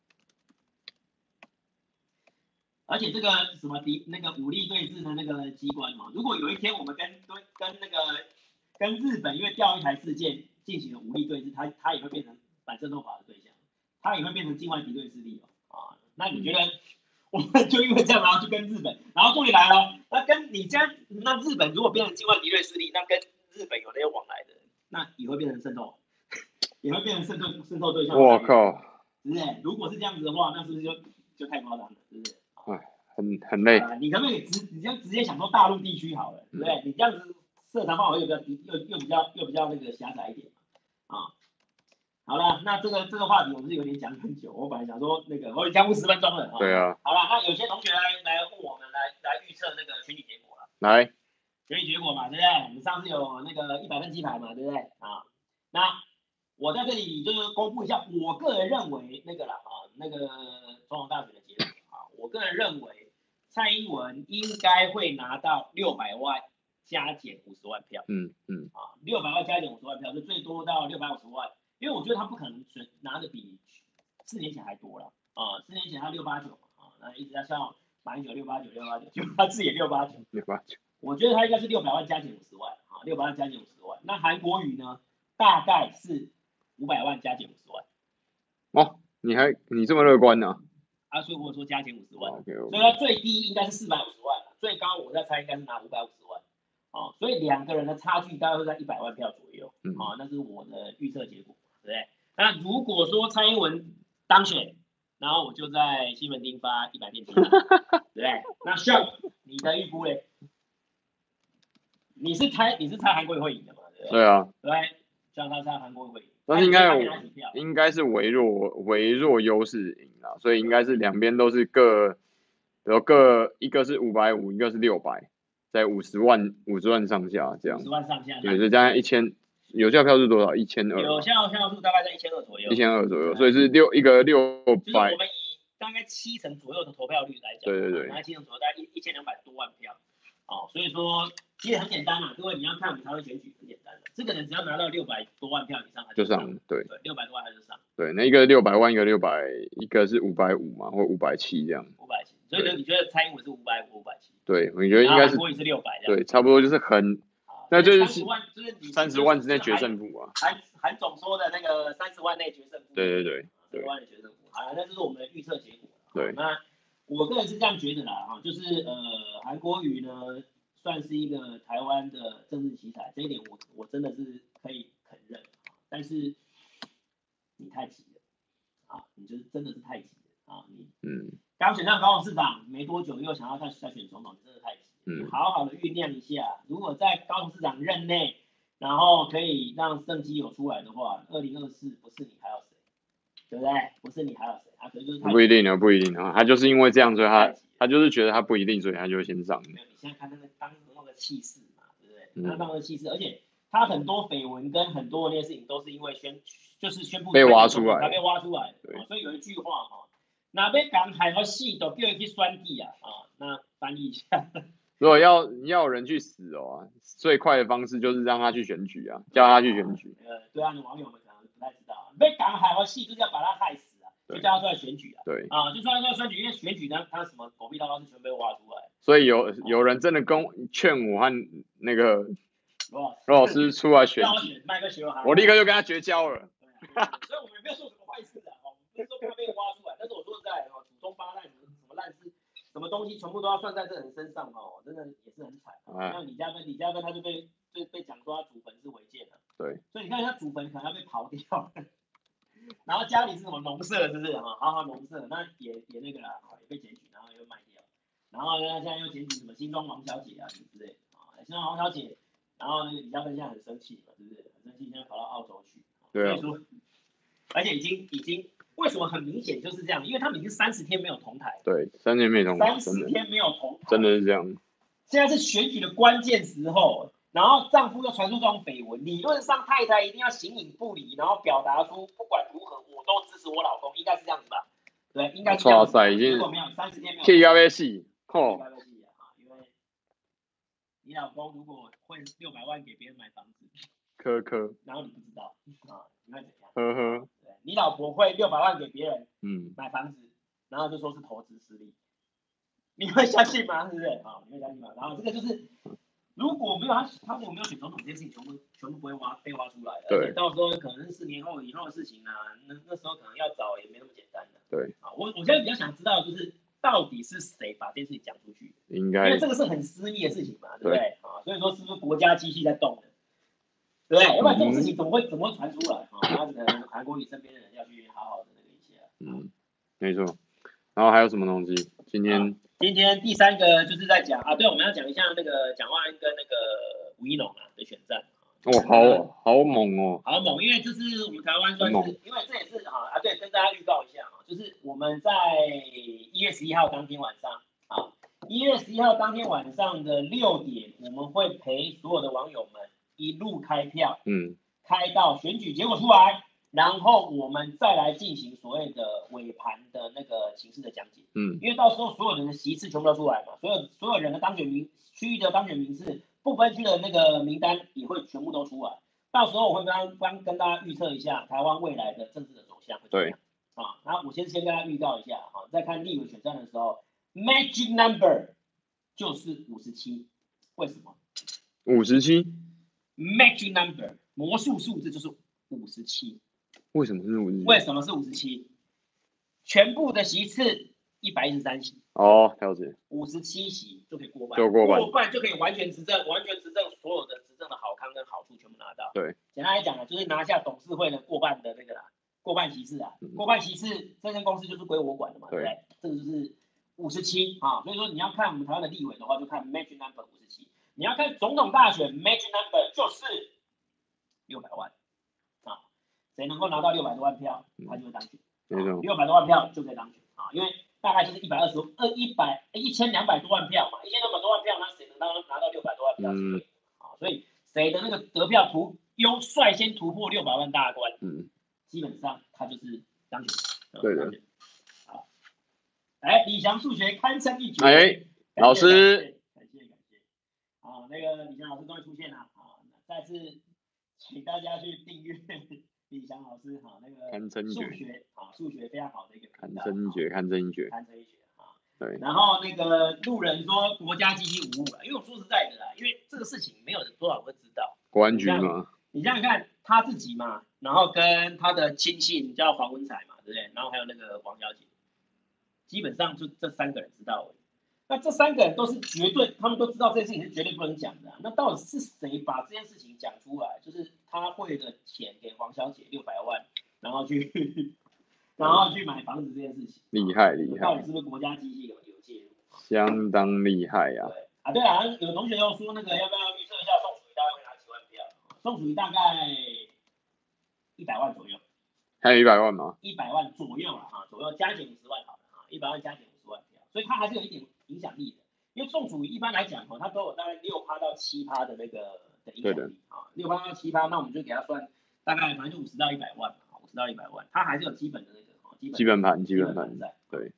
Speaker 1: 而且这个什么敌那个武力对峙的那个机关嘛，如果有一天我们跟跟跟那个跟日本因为钓鱼台事件进行了武力对峙，它它也会变成反渗透法的对象，它也会变成境外敌对势力哦啊！那你觉得？嗯我们就因为这样，然后就跟日本，然后重点来了，那跟你家那日本如果变成境外敌对势力，那跟日本有那些往来的，那也会变成渗透，也会变成渗透渗透对象。
Speaker 4: 我靠，
Speaker 1: 是不是？如果是这样子的话，那是不是就就太夸张了？是不是？
Speaker 4: 哎，很很累。
Speaker 1: 啊、你可不可以直你就直接想说大陆地区好了，对不对？嗯、你这样子设场范围又比较又又比较又比较那个狭窄一点啊。好了，那这个这个话题我们是有点讲很久，我本来想说那个我已经讲五十分钟了啊。
Speaker 4: 对啊。
Speaker 1: 好了，那有些同学来来问我们来来预测那个选举结果了。
Speaker 4: 来。
Speaker 1: 选举结果嘛，对不对？我们上次有那个一百分鸡排嘛，对不对？啊，那我在这里就是公布一下我个人认为那个了啊，那个总统大选的结果啊，我个人认为蔡英文应该会拿到六百万加减五十万票。嗯嗯。啊，六百万加减五十万票，就最多到六百五十万。因为我觉得他不可能选拿的比四年前还多了啊！四年前他六八九啊，那一直在像马英九六八九六八九，就他自己也六八九
Speaker 4: 六八九。
Speaker 1: 我觉得他应该是六百万加减五十万啊，六百万加减五十万。那韩国瑜呢，大概是五百万加减五十万。
Speaker 4: 哦，你还你这么乐观呢、
Speaker 1: 啊？啊，所以我说加减五十万，
Speaker 4: okay, okay.
Speaker 1: 所以他最低应该是四百五十万，最高我在猜应该是拿五百五十万。 哦，所以两个人的差距大概会在一百万票左右，
Speaker 4: 嗯，
Speaker 1: 哦，那是我的预测结果，对不对？那如果说蔡英文当选，然后我就在西门町发一百面金，对不对？那 Sean 你的预估嘞？你是猜你是猜韩国瑜会赢的嘛？对不对？
Speaker 4: 对啊，
Speaker 1: 对，像他猜韩国瑜会赢，
Speaker 4: 但是应该
Speaker 1: 有
Speaker 4: 应该是微弱微弱优势赢啦，所以应该是两边都是各，比如各一个是五百五，一个是六百，在五十万五十万上下这样，
Speaker 1: 五十万上下，
Speaker 4: 对，就加一千，有效票数多少？一千二，
Speaker 1: 有效票数大概在一千二左右，
Speaker 4: 一千二左右，所以是六一个六百，
Speaker 1: 就是我们以大概七成左右的投票率来讲，
Speaker 4: 对对对，
Speaker 1: 大概七成左右，大概一一千两百多万票，哦，所以说其实很简单嘛，各位你要看我们台湾选举很简单的，这个人只要拿到六百多万票以上，他
Speaker 4: 就
Speaker 1: 上，
Speaker 4: 上，对，
Speaker 1: 对，六百多万他就上，
Speaker 4: 对，那一个六百万，一个六百，一个是五百五嘛，或五百七这样，
Speaker 1: 五百七，所以呢，你觉得蔡英文是五百五、五百七？
Speaker 4: 对，我觉得应该是，
Speaker 1: 韩国瑜是六百，
Speaker 4: 对，差不多就是很，那就是
Speaker 1: 三十万，就是
Speaker 4: 三十万之内决胜负啊，
Speaker 1: 韩韩总说的那个三十万内决胜负，
Speaker 4: 对对对，
Speaker 1: 三十万内决胜负，好了，那这是我们的预测结果，
Speaker 4: 对，
Speaker 1: 那我个人是这样觉得啦，哈，就是呃，韩国瑜呢。算是一个台湾的政治奇才，这一点我我真的是可以肯认，但是你太急了啊，你就是真的是太急了啊，你
Speaker 4: 嗯，
Speaker 1: 刚选上高雄市长没多久，又想要再再选总统，你真的太急了，
Speaker 4: 嗯，
Speaker 1: 好好的酝酿一下，如果在高雄市长任内，然后可以让政绩有出来的话，二零二四不是你还有谁，对不对？不是你还有谁，啊，可能就是
Speaker 4: 不一定啊，不一定啊，他就是因为这样，所以他他就是觉得他不一定，所以他就会先上。
Speaker 1: 你现在看那个当时那个气势嘛，对不对？他当时气势，而且他很多绯闻跟很多那些事情都是因为宣，就是宣布
Speaker 4: 被挖出来，
Speaker 1: 才被挖出来的。所以有一句话哈，哪边敢海和戏都叫人去酸地啊啊，那翻译一下。
Speaker 4: 如果要要人去死哦，最快的方式就是让他去选举啊，叫他去选举。
Speaker 1: 呃，对岸的网友们可能不太知道，被敢海和戏就是要把他害死。就叫他出来选举啊！
Speaker 4: 对
Speaker 1: 啊，就叫他出来选举，因为选举呢，他什么狗屁叨叨是全被挖出来。
Speaker 4: 所以有有人真的跟劝我和那个罗老师出来选举，我立刻就跟他绝交了。
Speaker 1: 所以我们没有做什么坏事啊，我们不是说他被挖出来，但是我说实在哦，祖宗八代什么什么烂事，什么东西全部都要算在这人身上哦，真的也是很惨。像李嘉芬，李嘉芬他就被就被讲说他祖坟是违建的，
Speaker 4: 对，
Speaker 1: 所以你看他祖坟可能要被刨掉。然后家里是什么农舍，是不是哈？好好农舍，那也也那个啦，也被检举，然后又卖掉。然后呢，现在又检举什么新庄王小姐啊什么之类的啊，新庄王小姐，然后那个李嘉芬现在很生气嘛，是不是？很生气，现在跑到澳洲去。
Speaker 4: 对啊。
Speaker 1: 所以说，而且已经已经为什么很明显就是这样？因为他们已经三十天没有同台。
Speaker 4: 对，三十天没同台。
Speaker 1: 三十天没有同台。
Speaker 4: 真的是这样。
Speaker 1: 现在是选举的关键时候。然后丈夫又传出这种绯闻，理论上太太一定要形影不离，然后表达出不管如何我都支持我老公，应该是这样子吧？对，应该是这样子。
Speaker 4: 哇塞，已经
Speaker 1: 如果没有三十天没有。
Speaker 4: 气要被戏，吼！
Speaker 1: 因为你老公如果会六百万给别人买房子，
Speaker 4: 科科，
Speaker 1: 然后你不知道啊，你会怎样？
Speaker 4: 呵呵。
Speaker 1: 对，你老婆会六百万给别人，
Speaker 4: 嗯，
Speaker 1: 买房子，然后就说是投资失利，你会相信吗？是不是？啊，你会相信吗？然后这个就是，如果没有他，他如果没有选总统，这件事情全部全部不会挖被挖出来的，而且到时候可能是四年后以后的事情啊，那那时候可能要找也没那么简单的。
Speaker 4: 对，
Speaker 1: 啊，我我现在比较想知道就是。到底是谁把这件事情讲出去？
Speaker 4: 应该，
Speaker 1: 因为这个是很私密的事情嘛，对不对？啊，所以说是不是国家机器在动的？对不对？要不然这种事情怎么会怎么会传出来？啊，那可能韩国瑜身边的人要去好好的那个一下。
Speaker 4: 嗯，没错。然后还有什么东西？今天、啊、
Speaker 1: 今天第三个就是在讲啊，对，我们要讲一下那个蒋万安跟那个吴怡农啊的选战。
Speaker 4: 哦，好好猛哦，
Speaker 1: 好猛！因为这是我们台湾算是，因为这也是啊啊，对，跟大家预告一下啊，就是我们在一月十一号当天晚上啊，一月十一号当天晚上的六点，我们会陪所有的网友们一路开票，
Speaker 4: 嗯，
Speaker 1: 开到选举结果出来，然后我们再来进行所谓的尾盘的那个形式的讲解，
Speaker 4: 嗯，
Speaker 1: 因为到时候所有人的席次全部都出来嘛，所有所有人的当选名区域的当选名次。不分区的那个名单也会全部都出来，到时候我会帮帮跟大家预测一下台湾未来的政治的走向会怎么样。对，啊，然后我先先跟大家预告一下啊，在看立委选战的时候 ，magic number 就是五十七，为什么？
Speaker 4: 五十七
Speaker 1: ，magic number 魔术数字就是五十七。
Speaker 4: 为什么是五十七？
Speaker 1: 为什么是五十七？全部的席次一百一十三席。
Speaker 4: 哦，了解。
Speaker 1: 五十七席就可以过半，
Speaker 4: 就过半，
Speaker 1: 过半就可以完全执政，完全执政票。
Speaker 4: 对，
Speaker 1: 简单来讲呢，就是拿下董事会的过半的那个啦，过半席次啊，过半席次，这间公司就是归我管的嘛，对不对？这个就是五十七啊，所以说你要看我们台湾的立委的话，就看 match number 五十七。你要看总统大选 match number 就是六百万啊，谁能够拿到六百多万票，他就会当选。
Speaker 4: 没错，
Speaker 1: 六百多万票就可以当选啊，因为大概就是一百二十二一百一千两百多万票嘛，一千两百多万票，那谁能拿拿到六百多万票？嗯，啊，所以谁的那个得票突优率先突破六百万大关，嗯，基本上他就是当选。
Speaker 4: 对的。
Speaker 1: 好，哎，李翔数学堪称一绝。
Speaker 4: 哎，老师，
Speaker 1: 感谢感谢。啊，那个李翔老师终于出现了啊，再次请大家去订阅。李翔老师哈，那个数学啊，数学非常好的一个
Speaker 4: 堪称一绝，堪称一绝，
Speaker 1: 堪称一绝啊。
Speaker 4: 对。
Speaker 1: 然后那个路人说国家机器无误了，因为我说实在的啦，因为这个事情没有多少人会知道。
Speaker 4: 国安局嘛，
Speaker 1: 你想想看，他自己嘛，然后跟他的亲信叫黄文才嘛，对不对？然后还有那个黄小姐，基本上就这三个人知道而已。那这三个人都是绝对，他们都知道这件事情是绝对不能讲的、啊。那到底是谁把这件事情讲出来？就是他汇的钱给黄小姐六百万，然后去，然后去买房子这件事情，
Speaker 4: 厉害厉害。
Speaker 1: 到底是不是国家机器有有介入？
Speaker 4: 相当厉害呀、啊。
Speaker 1: 对啊，对啊，有同学又说那个要不要预测一下宋楚瑜大概会拿几万票？宋楚瑜大概一百万左右。
Speaker 4: 还有一百万吗？
Speaker 1: 一百万左右了哈，左右加减五十万好了哈，一百万加减五十万票，所以他还是有一点影响力的。因为宋楚瑜一般来讲哈，他都有大概六趴到七趴的那个的影响力啊，六趴到七趴，那我们就给他算大概反正就五十到一百万嘛，五十到一百万，他还是有基本的那个基本
Speaker 4: 基本盘基本盘在。对。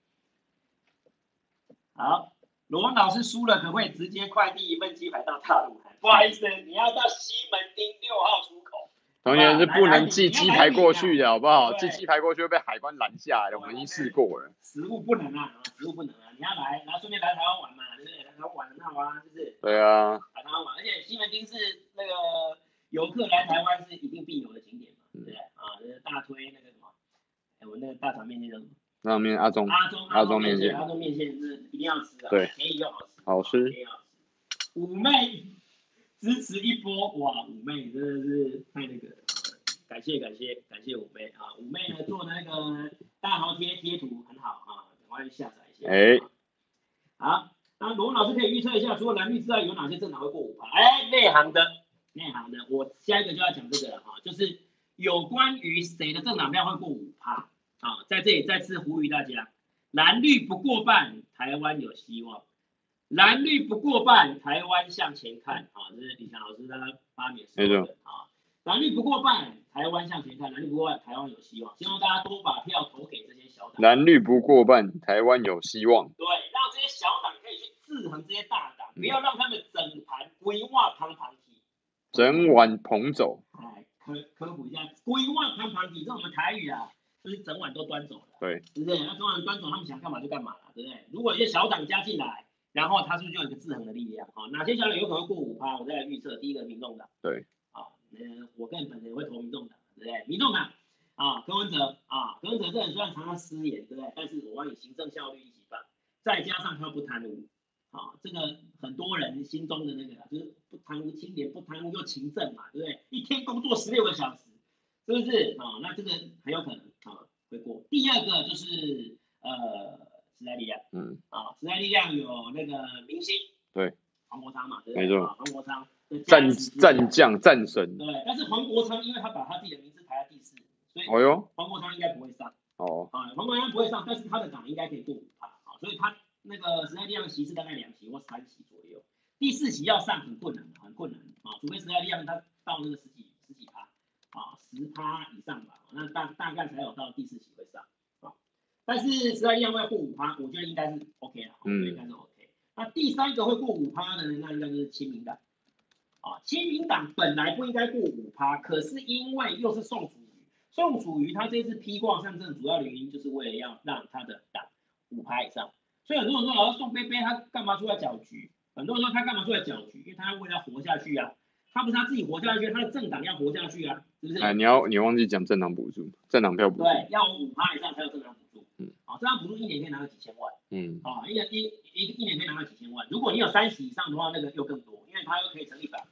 Speaker 1: 好，罗文老师输了，可不可以直接快递一份鸡排到大陆？不好意思，你要到西门町六号出口。
Speaker 4: 同学是不能寄鸡排过去的，好不好？寄鸡排过去会被海关拦下来的，我们已经试过了。
Speaker 1: 食物不能啊，食物不能啊，你要来，然后顺便来台湾玩嘛，对不对？来台湾玩很好啊，是不是？
Speaker 4: 对啊。
Speaker 1: 来台湾玩，而且西门町是那个游客来台湾是一定必游的景点嘛，对不对？啊，就是大推那个什么，哎，我那个大肠面线叫什么？
Speaker 4: 大肠面阿中。
Speaker 1: 阿中
Speaker 4: 阿中面线。
Speaker 1: 阿中面线是一定要吃的，
Speaker 4: 对，
Speaker 1: 便宜又好吃。
Speaker 4: 好吃。
Speaker 1: 便宜好吃。五妹支持一波，哇，五妹真的是太那个了。感谢感谢感谢五妹啊！五妹呢做的那个大头贴贴图很好啊，赶快去下载一下。哎、欸，好，那罗文老师可以预测一下，除了蓝绿之外，有哪些政党会过五趴？哎，内行的内行的，我下一个就要讲这个了哈，就是有关于谁的政党票会过五趴啊，在这里再次呼吁大家，蓝绿不过半，台湾有希望；蓝绿不过半，台湾向前看啊，这是李强老师他发明说的啊。蓝绿不过半，台湾向前看；蓝绿不过半，台湾有希望。希望大家多把票投给这些小党。
Speaker 4: 蓝绿不过半，台湾有希望。
Speaker 1: 对，让这些小党可以去制衡这些大党，不要让他们整盘规划旁旁体，
Speaker 4: 整碗捧走。
Speaker 1: 哎，科科普一下，规划旁旁体，这是我们台语啊，就是整碗都端走了。
Speaker 4: 对，
Speaker 1: 对不对？那整碗端走，他们想干嘛就干嘛了，对不对？如果有些小党加进来，然后他是不是就有一个制衡的力量？啊，哪些小党有可能过五趴？我再来预测，第一个民众党。
Speaker 4: 对。
Speaker 1: 啊，呃，我个人本人也会投民众党，对不对？民众党啊，柯文哲啊，柯文哲这人虽然常常失言，对不对？但是我帮你行政效率一起放，再加上他不贪污，啊，这个很多人心中的那个就是不贪污清廉，不贪污又勤政嘛，对不对？一天工作十六个小时，是不是？啊，那这个很有可能啊会过。第二个就是呃时代力量，嗯，啊，时代力量有那个明星，
Speaker 4: 对，
Speaker 1: 黄国昌嘛，对不对？
Speaker 4: 没错，
Speaker 1: 黄国昌。
Speaker 4: 战战将战神，
Speaker 1: 对，但是黄国昌因为他把他自己的名字排在第四，所以黄国昌应该不会上。哦，啊，黄国昌不会上，但是他的党应该可以过五趴，啊，所以他那个时代力量席次大概两席或三席左右，第四席要上很困难，很困难啊，除非时代力量他到那个十几十几趴，啊，十趴以上吧，那大大概才有到第四席会上，啊，但是时代力量会过五趴，我觉得应该是 OK 了，嗯，应该是 OK。那第三个会过五趴的，那应该就是亲民党。啊，亲民党本来不应该过五趴，可是因为又是宋楚瑜，宋楚瑜他这次披挂上阵主要的原因就是为了要让他的党五趴以上，所以很多人说，老师宋贝贝他干嘛出来搅局？很多人说他干嘛出来搅局？因为他为了活下去啊，他不是他自己活下去，他的政党要活下去啊，是不是？
Speaker 4: 哎，你要你忘记讲政党补助，政党票补助，
Speaker 1: 对，要五趴以上才有政党补助，嗯，啊，政党补助一年可以拿到几千万，嗯，啊，一年一一一年可以拿到几千万，如果你有三席以上的话，那个又更多，因为他又可以成立党。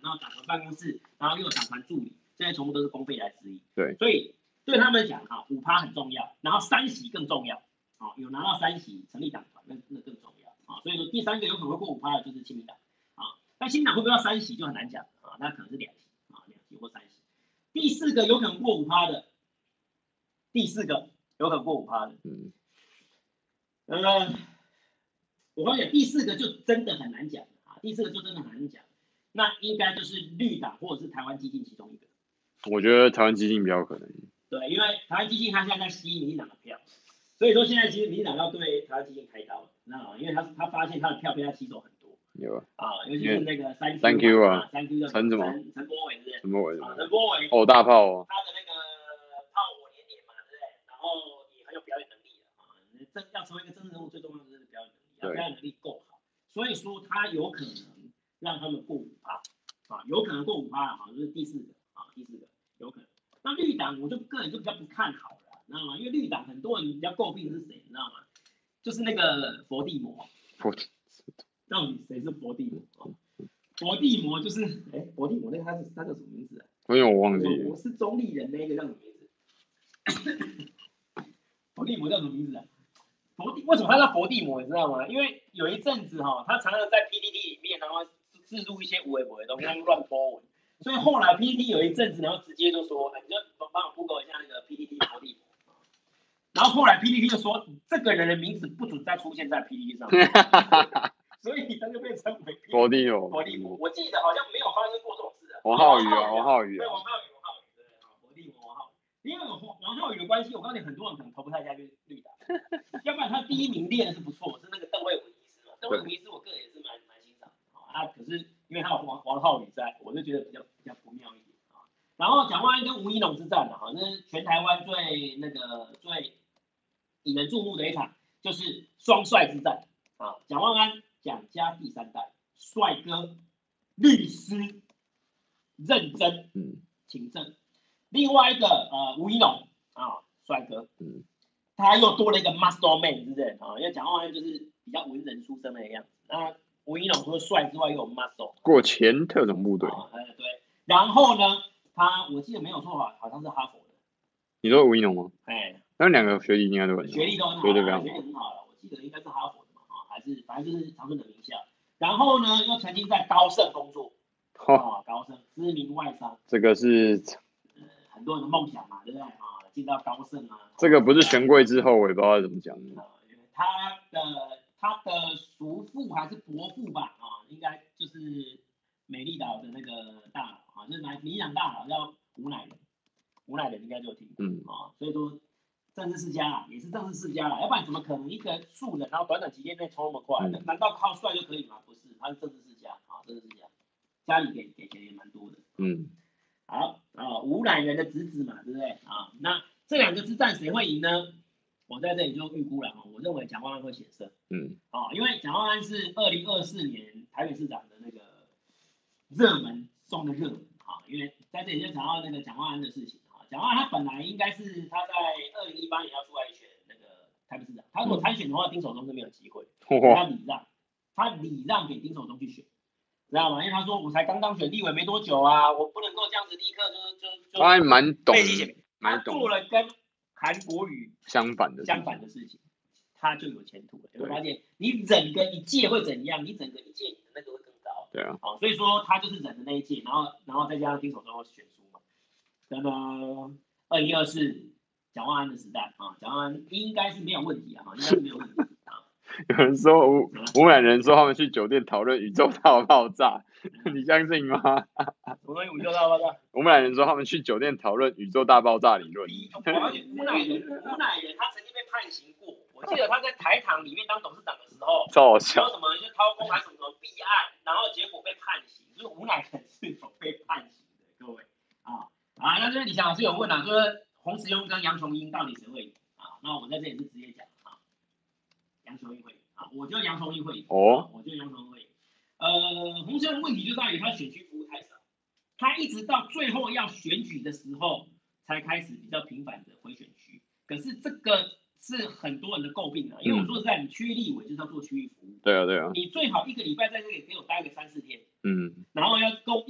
Speaker 1: 然后党团办公室，然后又有党团助理，这些全部都是公费来之一。
Speaker 4: 对，
Speaker 1: 所以对他们讲啊，五趴很重要，然后三席更重要啊，有拿到三席成立党团，那那更重要啊。所以说第三个有可能会过五趴的就是亲民党啊，但亲民党会不会到三席就很难讲啊，那可能是两席啊，两席或三席。第四个有可能过五趴的，第四个有可能过五趴的，嗯，呃，我发现第四个就真的很难讲啊，第四个就真的很难讲，那应该就是绿党或者是台湾基进其中一个。
Speaker 4: 我觉得台湾基进比较有可能。
Speaker 1: 对，因为台湾基进他现在在吸民进党的票，所以说现在其实民进党要对台湾基进开刀，那因为他他发现他的票被他吸走很多。
Speaker 4: 有
Speaker 1: 啊，尤其是那个三
Speaker 4: Q, Q 啊，
Speaker 1: 三 Q 的
Speaker 4: 陈什么？
Speaker 1: 陈柏伟是不是？
Speaker 4: 陈柏伟
Speaker 1: 啊，陈柏伟。
Speaker 4: 哦，大炮哦。
Speaker 1: 他的那个炮火连连嘛，对不对？然后也很有表演能力啊。政要成为一个政治人物，最重要的是表演能力，要表演能力够好。所以说他有可能让他们过五趴啊，有可能过五趴啊，就是第四个啊，第四个有可能。那绿党我就个人就比较不看好了，你知道吗？因为绿党很多人比较诟病是谁，你知道吗？就是那个佛地魔。
Speaker 4: 佛地。
Speaker 1: 到底谁是佛地魔？佛地魔就是，哎，佛地魔那个他是他叫什么名字啊？
Speaker 4: 因为我忘记了。
Speaker 1: 我是中立人那个叫什么名字？佛地魔叫什么名字啊？佛地为什么他叫佛地魔？你知道吗？因为有一阵子哈、哦，他常常在 P T T 里面，然后置入一些无为不为的东西，乱播文。所以后来 P T T 有一阵子，然后直接就说，你就帮我 Google 一下那个 P T T 佛地魔。然后后来 P T T 就说，这个人的名字不准再出现在 P T T 上面。所以他就被称为
Speaker 4: 佛地魔。
Speaker 1: 佛地魔，我记得好像没有发生过这种事啊。
Speaker 4: 王浩宇啊，王浩宇
Speaker 1: 对，王浩宇，王浩宇，对，佛地魔，王浩宇。因为王王浩宇的关系，我告诉你，很多人可能投不太下去绿党，要不然他第一名练的是不错，是那个邓惠文医师嘛。邓惠文医师我个人也是蛮蛮欣赏啊，可是因为他有王王浩宇在，我就觉得比较比较不妙一点啊。然后蒋万安跟吴怡农之战啊，那是全台湾最那个最引人注目的一场，就是双帅之战啊，蒋万安。蒋家第三代，帅哥，律师，认真，嗯，勤政。另外一个呃吴怡农啊，帅哥，嗯，他又多了一个 muscle man， 对不对啊？因为蒋万安就是比较文人出身的样子，那吴怡农除了帅之外又有 muscle。
Speaker 4: 过前特种部队。
Speaker 1: 啊，呃对。然后呢，他我记得没有错吧，好像是哈佛的。
Speaker 4: 你说吴怡农吗？
Speaker 1: 哎，
Speaker 4: 那两个学历应该都很好。
Speaker 1: 学历都很好，
Speaker 4: 对对对，
Speaker 1: 学历很好了。我记得应该是哈佛。还是反正就是长春的名校，然后呢又曾经在高盛工作，啊、哦，高盛知名外商，
Speaker 4: 这个是、
Speaker 1: 呃、很多人的梦想嘛，对不对啊？进到高盛啊，
Speaker 4: 这个不是权贵之后，我也不知道怎么讲、
Speaker 1: 呃。他的他的叔父还是伯父吧，啊、哦，应该就是美丽岛的那个大佬啊，就是民进党大佬叫吴乃仁，吴乃仁应该就有听过，嗯啊、哦，所以说。政治世家啦，也是政治世家啦，要不然怎么可能一个素人，然后短短几天内冲那么快？嗯、难道靠帅就可以吗？不是，他是政治世家啊，政治世家，家里给给钱也蛮多的。嗯，好啊，吴乃仁的侄子嘛，对不对啊？那这两个之战谁会赢呢？我在这里就预估了啊，我认为蒋万安会险胜。嗯，啊，因为蒋万安是二零二四年台北市长的那个热门中的热门啊，因为在这里就讲到那个蒋万安的事情。蒋万安他本来应该是他在二零一八年要出来选那个台北市长，他如果参选的话，丁守中是没有机会，他礼让，他礼让给丁守中去选，知道吗？因为他说我才刚当选立委没多久啊，我不能够这样子立刻就就就。
Speaker 4: 他还蛮懂，
Speaker 1: 蛮懂。他做了跟韩国瑜
Speaker 4: 相反的
Speaker 1: 相反的事情，他就有前途了。你会发现，你整个一届会怎样？你整个一届你的那个会更高。
Speaker 4: 对啊。
Speaker 1: 好，所以说他就是忍的那一届，然后然后再加上丁守中选输嘛。那么，二零二四蒋万安的时代啊，蒋万安应该是没有问题啊，应该是没有问题啊。
Speaker 4: 有人说吴吴乃仁说他们去酒店讨论宇宙大爆炸，你相信吗？
Speaker 1: 什么宇宙大爆炸？
Speaker 4: 吴乃仁说他们去酒店讨论宇宙大爆炸理论。
Speaker 1: 而且吴乃仁，吴乃仁他曾经被判刑过，我记得他在台糖里面当董事长的时候，
Speaker 4: 超好笑，
Speaker 1: 说什么一些掏空还是什么弊案，然后结果被判刑，所以吴乃仁是有被判刑的，各位啊。啊，那这边李翔老师有问啊，就是洪慈庸跟杨琼英到底谁会赢啊？那我在这里是直接讲啊，杨琼英会赢啊，我觉得杨琼英会赢哦，我觉得杨琼英会赢。呃，洪慈庸的问题就在于他选区服务太少，他一直到最后要选举的时候才开始比较频繁的回选区，可是这个是很多人的诟病啊，因为我说实在，你区域立委就是要做区域服务，
Speaker 4: 对啊对啊，
Speaker 1: 你最好一个礼拜在这里给我待个三四天，
Speaker 4: 嗯，
Speaker 1: 然后要公要啊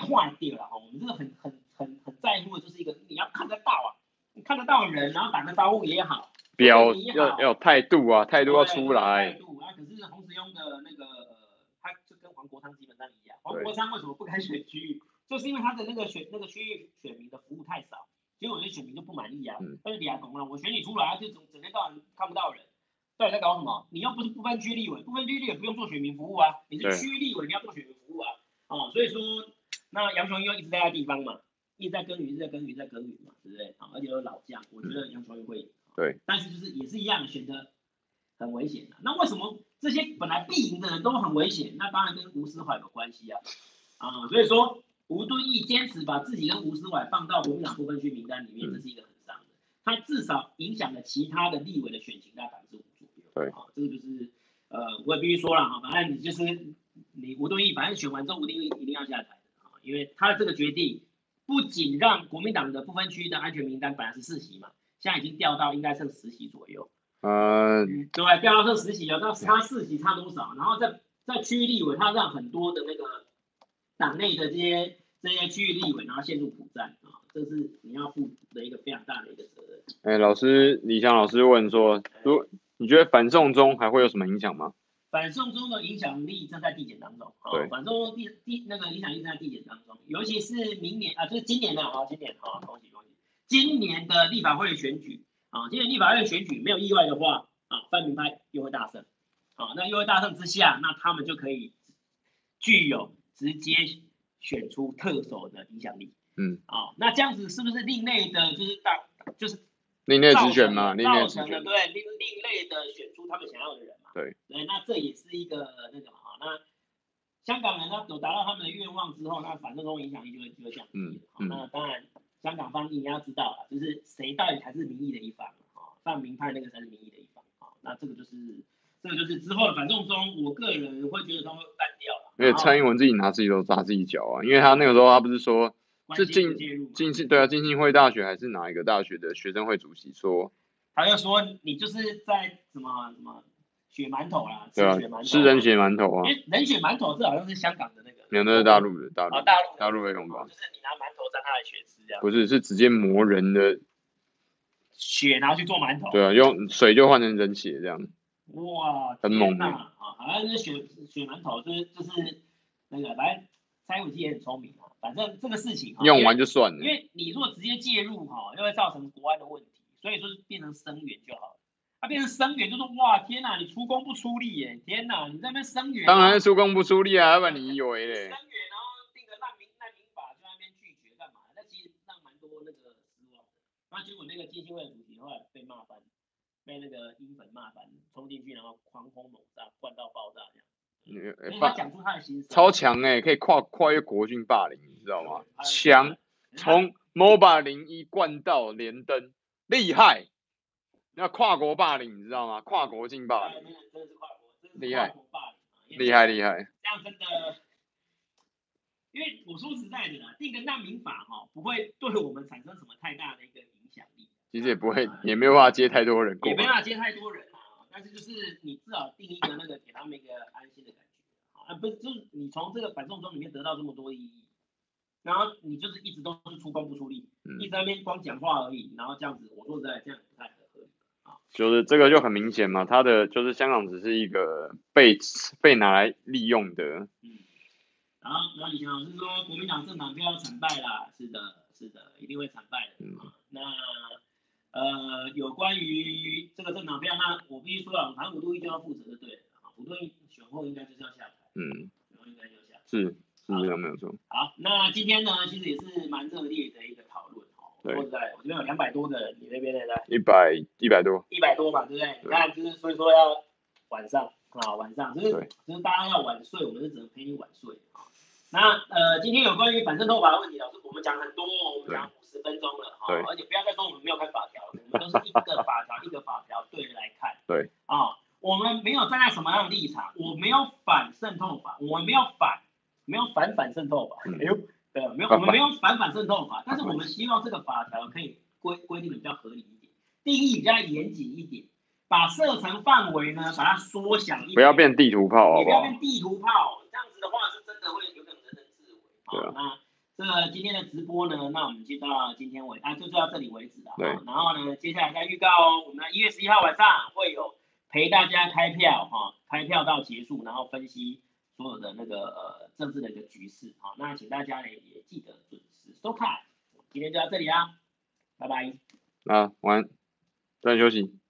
Speaker 1: 画掉了哈。我们这个很很很很在乎的就是一个你要看得到啊，你看得到人，然后打个招呼也好，
Speaker 4: 表要要有态度啊，态度要出来。
Speaker 1: 态度啊，可是洪时庸的那个呃，他就跟黄国昌基本上一样。黄国昌为什么不敢选区域？就是因为他的那个选那个区域选民的服务太少，结果有些选民就不满意啊。
Speaker 4: 嗯。
Speaker 1: 但是李亚鹏啊，我选你出来，就整整天到晚看不到人。到底在搞什么？你又不是不分区立委，不分区立委不用做选民服务啊，你是区立委，你要做选民服务啊。哦，所以说，那杨琼英又一直在他地方嘛，一直在耕耘，一直在耕耘，在耕耘嘛，对不对？啊，而且又是老将，我觉得杨琼英会赢。
Speaker 4: 对。
Speaker 1: 但是就是也是一样，选择很危险的。那为什么这些本来必赢的人都很危险？那当然跟吴思怀有关系啊。啊，所以说吴敦义坚持把自己跟吴思怀放到国民党不分区名单里面，这是一个很伤的。他至少影响了其他的立委的选情，大概百分之五左右。
Speaker 4: 对，
Speaker 1: 啊，这个就是呃，我也必须说了哈，反正你就是你吴敦义，反正选完之后吴敦义一定要下台的啊，因为他的这个决定不仅让国民党的不分区的安全名单本来是四席嘛，现在已经掉到应该剩十席左右。
Speaker 4: 呃，
Speaker 1: 嗯，对，掉到剩十席了，那差四席差多少？然后在在区域立委，他让很多的那个党内的这些这些区域立委，然后陷入苦战啊，这是你要负的一个非常大的一个责任。
Speaker 4: 哎，老师，李翔老师问说，如你觉得反送中还会有什么影响吗？
Speaker 1: 反送中的影响力正在递减当中，啊、哦，反送中递递那个影响力正在递减当中，尤其是明年啊，就是今年的啊，今年啊，恭喜恭喜，今年的立法会选举啊，今年立法会选举没有意外的话啊，泛民派又会大胜，啊，那又会大胜之下，那他们就可以具有直接选出特首的影响力，
Speaker 4: 嗯，
Speaker 1: 啊，那这样子是不是另类的，就是大就是。
Speaker 4: 另类直选嘛，另类
Speaker 1: 直选，对，另另类的选出他们想要的人嘛。
Speaker 4: 对，
Speaker 1: 对，那这也是一个那个嘛，那香港人呢有达到他们的愿望之后，那反正中影响力就会就会降低。嗯嗯。那当然，香港方你要知道啊，就是谁到底才是民意的一方啊？泛民派那个才是民意的一方啊。那这个就是这个就是之后的反送中，我个人会觉得他会淡掉了。
Speaker 4: 因为蔡英文自己拿自己都砸自己脚啊，因为他那个时候他不是说。是进进信对啊，进信会大学还是哪一个大学的学生会主席说，
Speaker 1: 他就说你就是在什么什么血馒头啦，
Speaker 4: 对啊，吃人血馒头啊，
Speaker 1: 因为人血馒头这好像是香港的那个，
Speaker 4: 没有，那是大陆的，大陆、
Speaker 1: 哦、大陆
Speaker 4: 大陆的用法，
Speaker 1: 就是你拿馒头沾他的血吃这样，
Speaker 4: 不是，是直接磨人的
Speaker 1: 血，然后去做馒头，
Speaker 4: 对啊，用水就换成人血这样，
Speaker 1: 哇，
Speaker 4: 很猛的
Speaker 1: 啊，好像是血血馒头，就是就是那个，反正蔡英文也很聪明啊。反正这个事情
Speaker 4: 用完就算了，
Speaker 1: 因为你如果直接介入哈，又会造成国安的问题，所以说变成声援就好了。它、啊、变成声援就是哇天哪，你出工不出力耶，天哪，你在那边声援，
Speaker 4: 当然是出工不出力啊，要不然你以为嘞？
Speaker 1: 声援然后定个难民难民法就在那边拒绝干嘛？那其实让蛮多那个失望的。那结果那个基金会的主席后来被骂翻，被那个英粉骂翻，冲进去然后狂轰猛炸，灌到爆炸这样。欸、他讲出他的心声，
Speaker 4: 超强哎、欸，可以跨跨越国军霸凌，你知道吗？强，从 M O B A 零一灌到连登，厉害。那跨国霸凌，你知道吗？跨国境霸凌，
Speaker 1: 真的是跨国，
Speaker 4: 厉害，
Speaker 1: 厉
Speaker 4: 害厉害。
Speaker 1: 这样真的，因为我说实在的啦，定个难民法哈、喔，不会对我们产生什么太大的一个影响力。
Speaker 4: 其实也不会，也没有办法接太多人过，
Speaker 1: 也没办法接太多人啊。但是就是你至少定一个那个，给他们一个安心的感觉啊，不是就是你从这个反送中里面得到这么多意义，然后你就是一直都是出工不出力，嗯、一直在那边光讲话而已，然后这样子，我说实在这样不太合理啊。
Speaker 4: 就是这个就很明显嘛，他的就是香港只是一个被被拿来利用的。
Speaker 1: 嗯。然后然后李强老师说国民党政党票惨败啦，是的，是的，一定会惨败的。嗯、啊。那。呃，有关于这个政党票，那我必须说了，反正吴敦义就要负责的，对了啊，吴敦义选后应该就是要下台，嗯，选后应该就要下台，
Speaker 4: 是是这样没有错。
Speaker 1: 好，那今天呢，其实也是蛮热烈的一个讨论哦。说实在，我这边有两百多个人，你那边呢？
Speaker 4: 一百一百多，
Speaker 1: 一百多嘛，对不对？你看，就是所以说要晚上啊，晚上就是就是大家要晚睡，我们是只能陪你晚睡啊。那呃，今天有关于反正透法的问题，老师我们讲很多，我们讲五十分钟了哈，而且不要再说我们没有看法条，我们都是一个法条一个法条对着来看。
Speaker 4: 对
Speaker 1: 啊，我们没有站在什么样的立场，我没有反渗透法，我们没有反，没有反反渗透法，哎呦，对，没有，我们没有反反渗透法，但是我们希望这个法条可以规规定的比较合理一点，定义比较严谨一点，把射程范围呢把它缩小一点，
Speaker 4: 不要变地图炮，
Speaker 1: 也不要变地图炮，这样子的话是真的会有可能人人自危。啊，那这个今天的直播呢，那我们就到今天为啊，就到这里为止了。
Speaker 4: 对。
Speaker 1: 然后呢，接下来再预告哦，我们一月十一号晚上会有陪大家开票哈，开票到结束，然后分析所有的那个呃政治的一个局势啊。那请大家呢也记得准时收看。今天就到这里啦，拜拜。
Speaker 4: 啊，晚安，早点休息。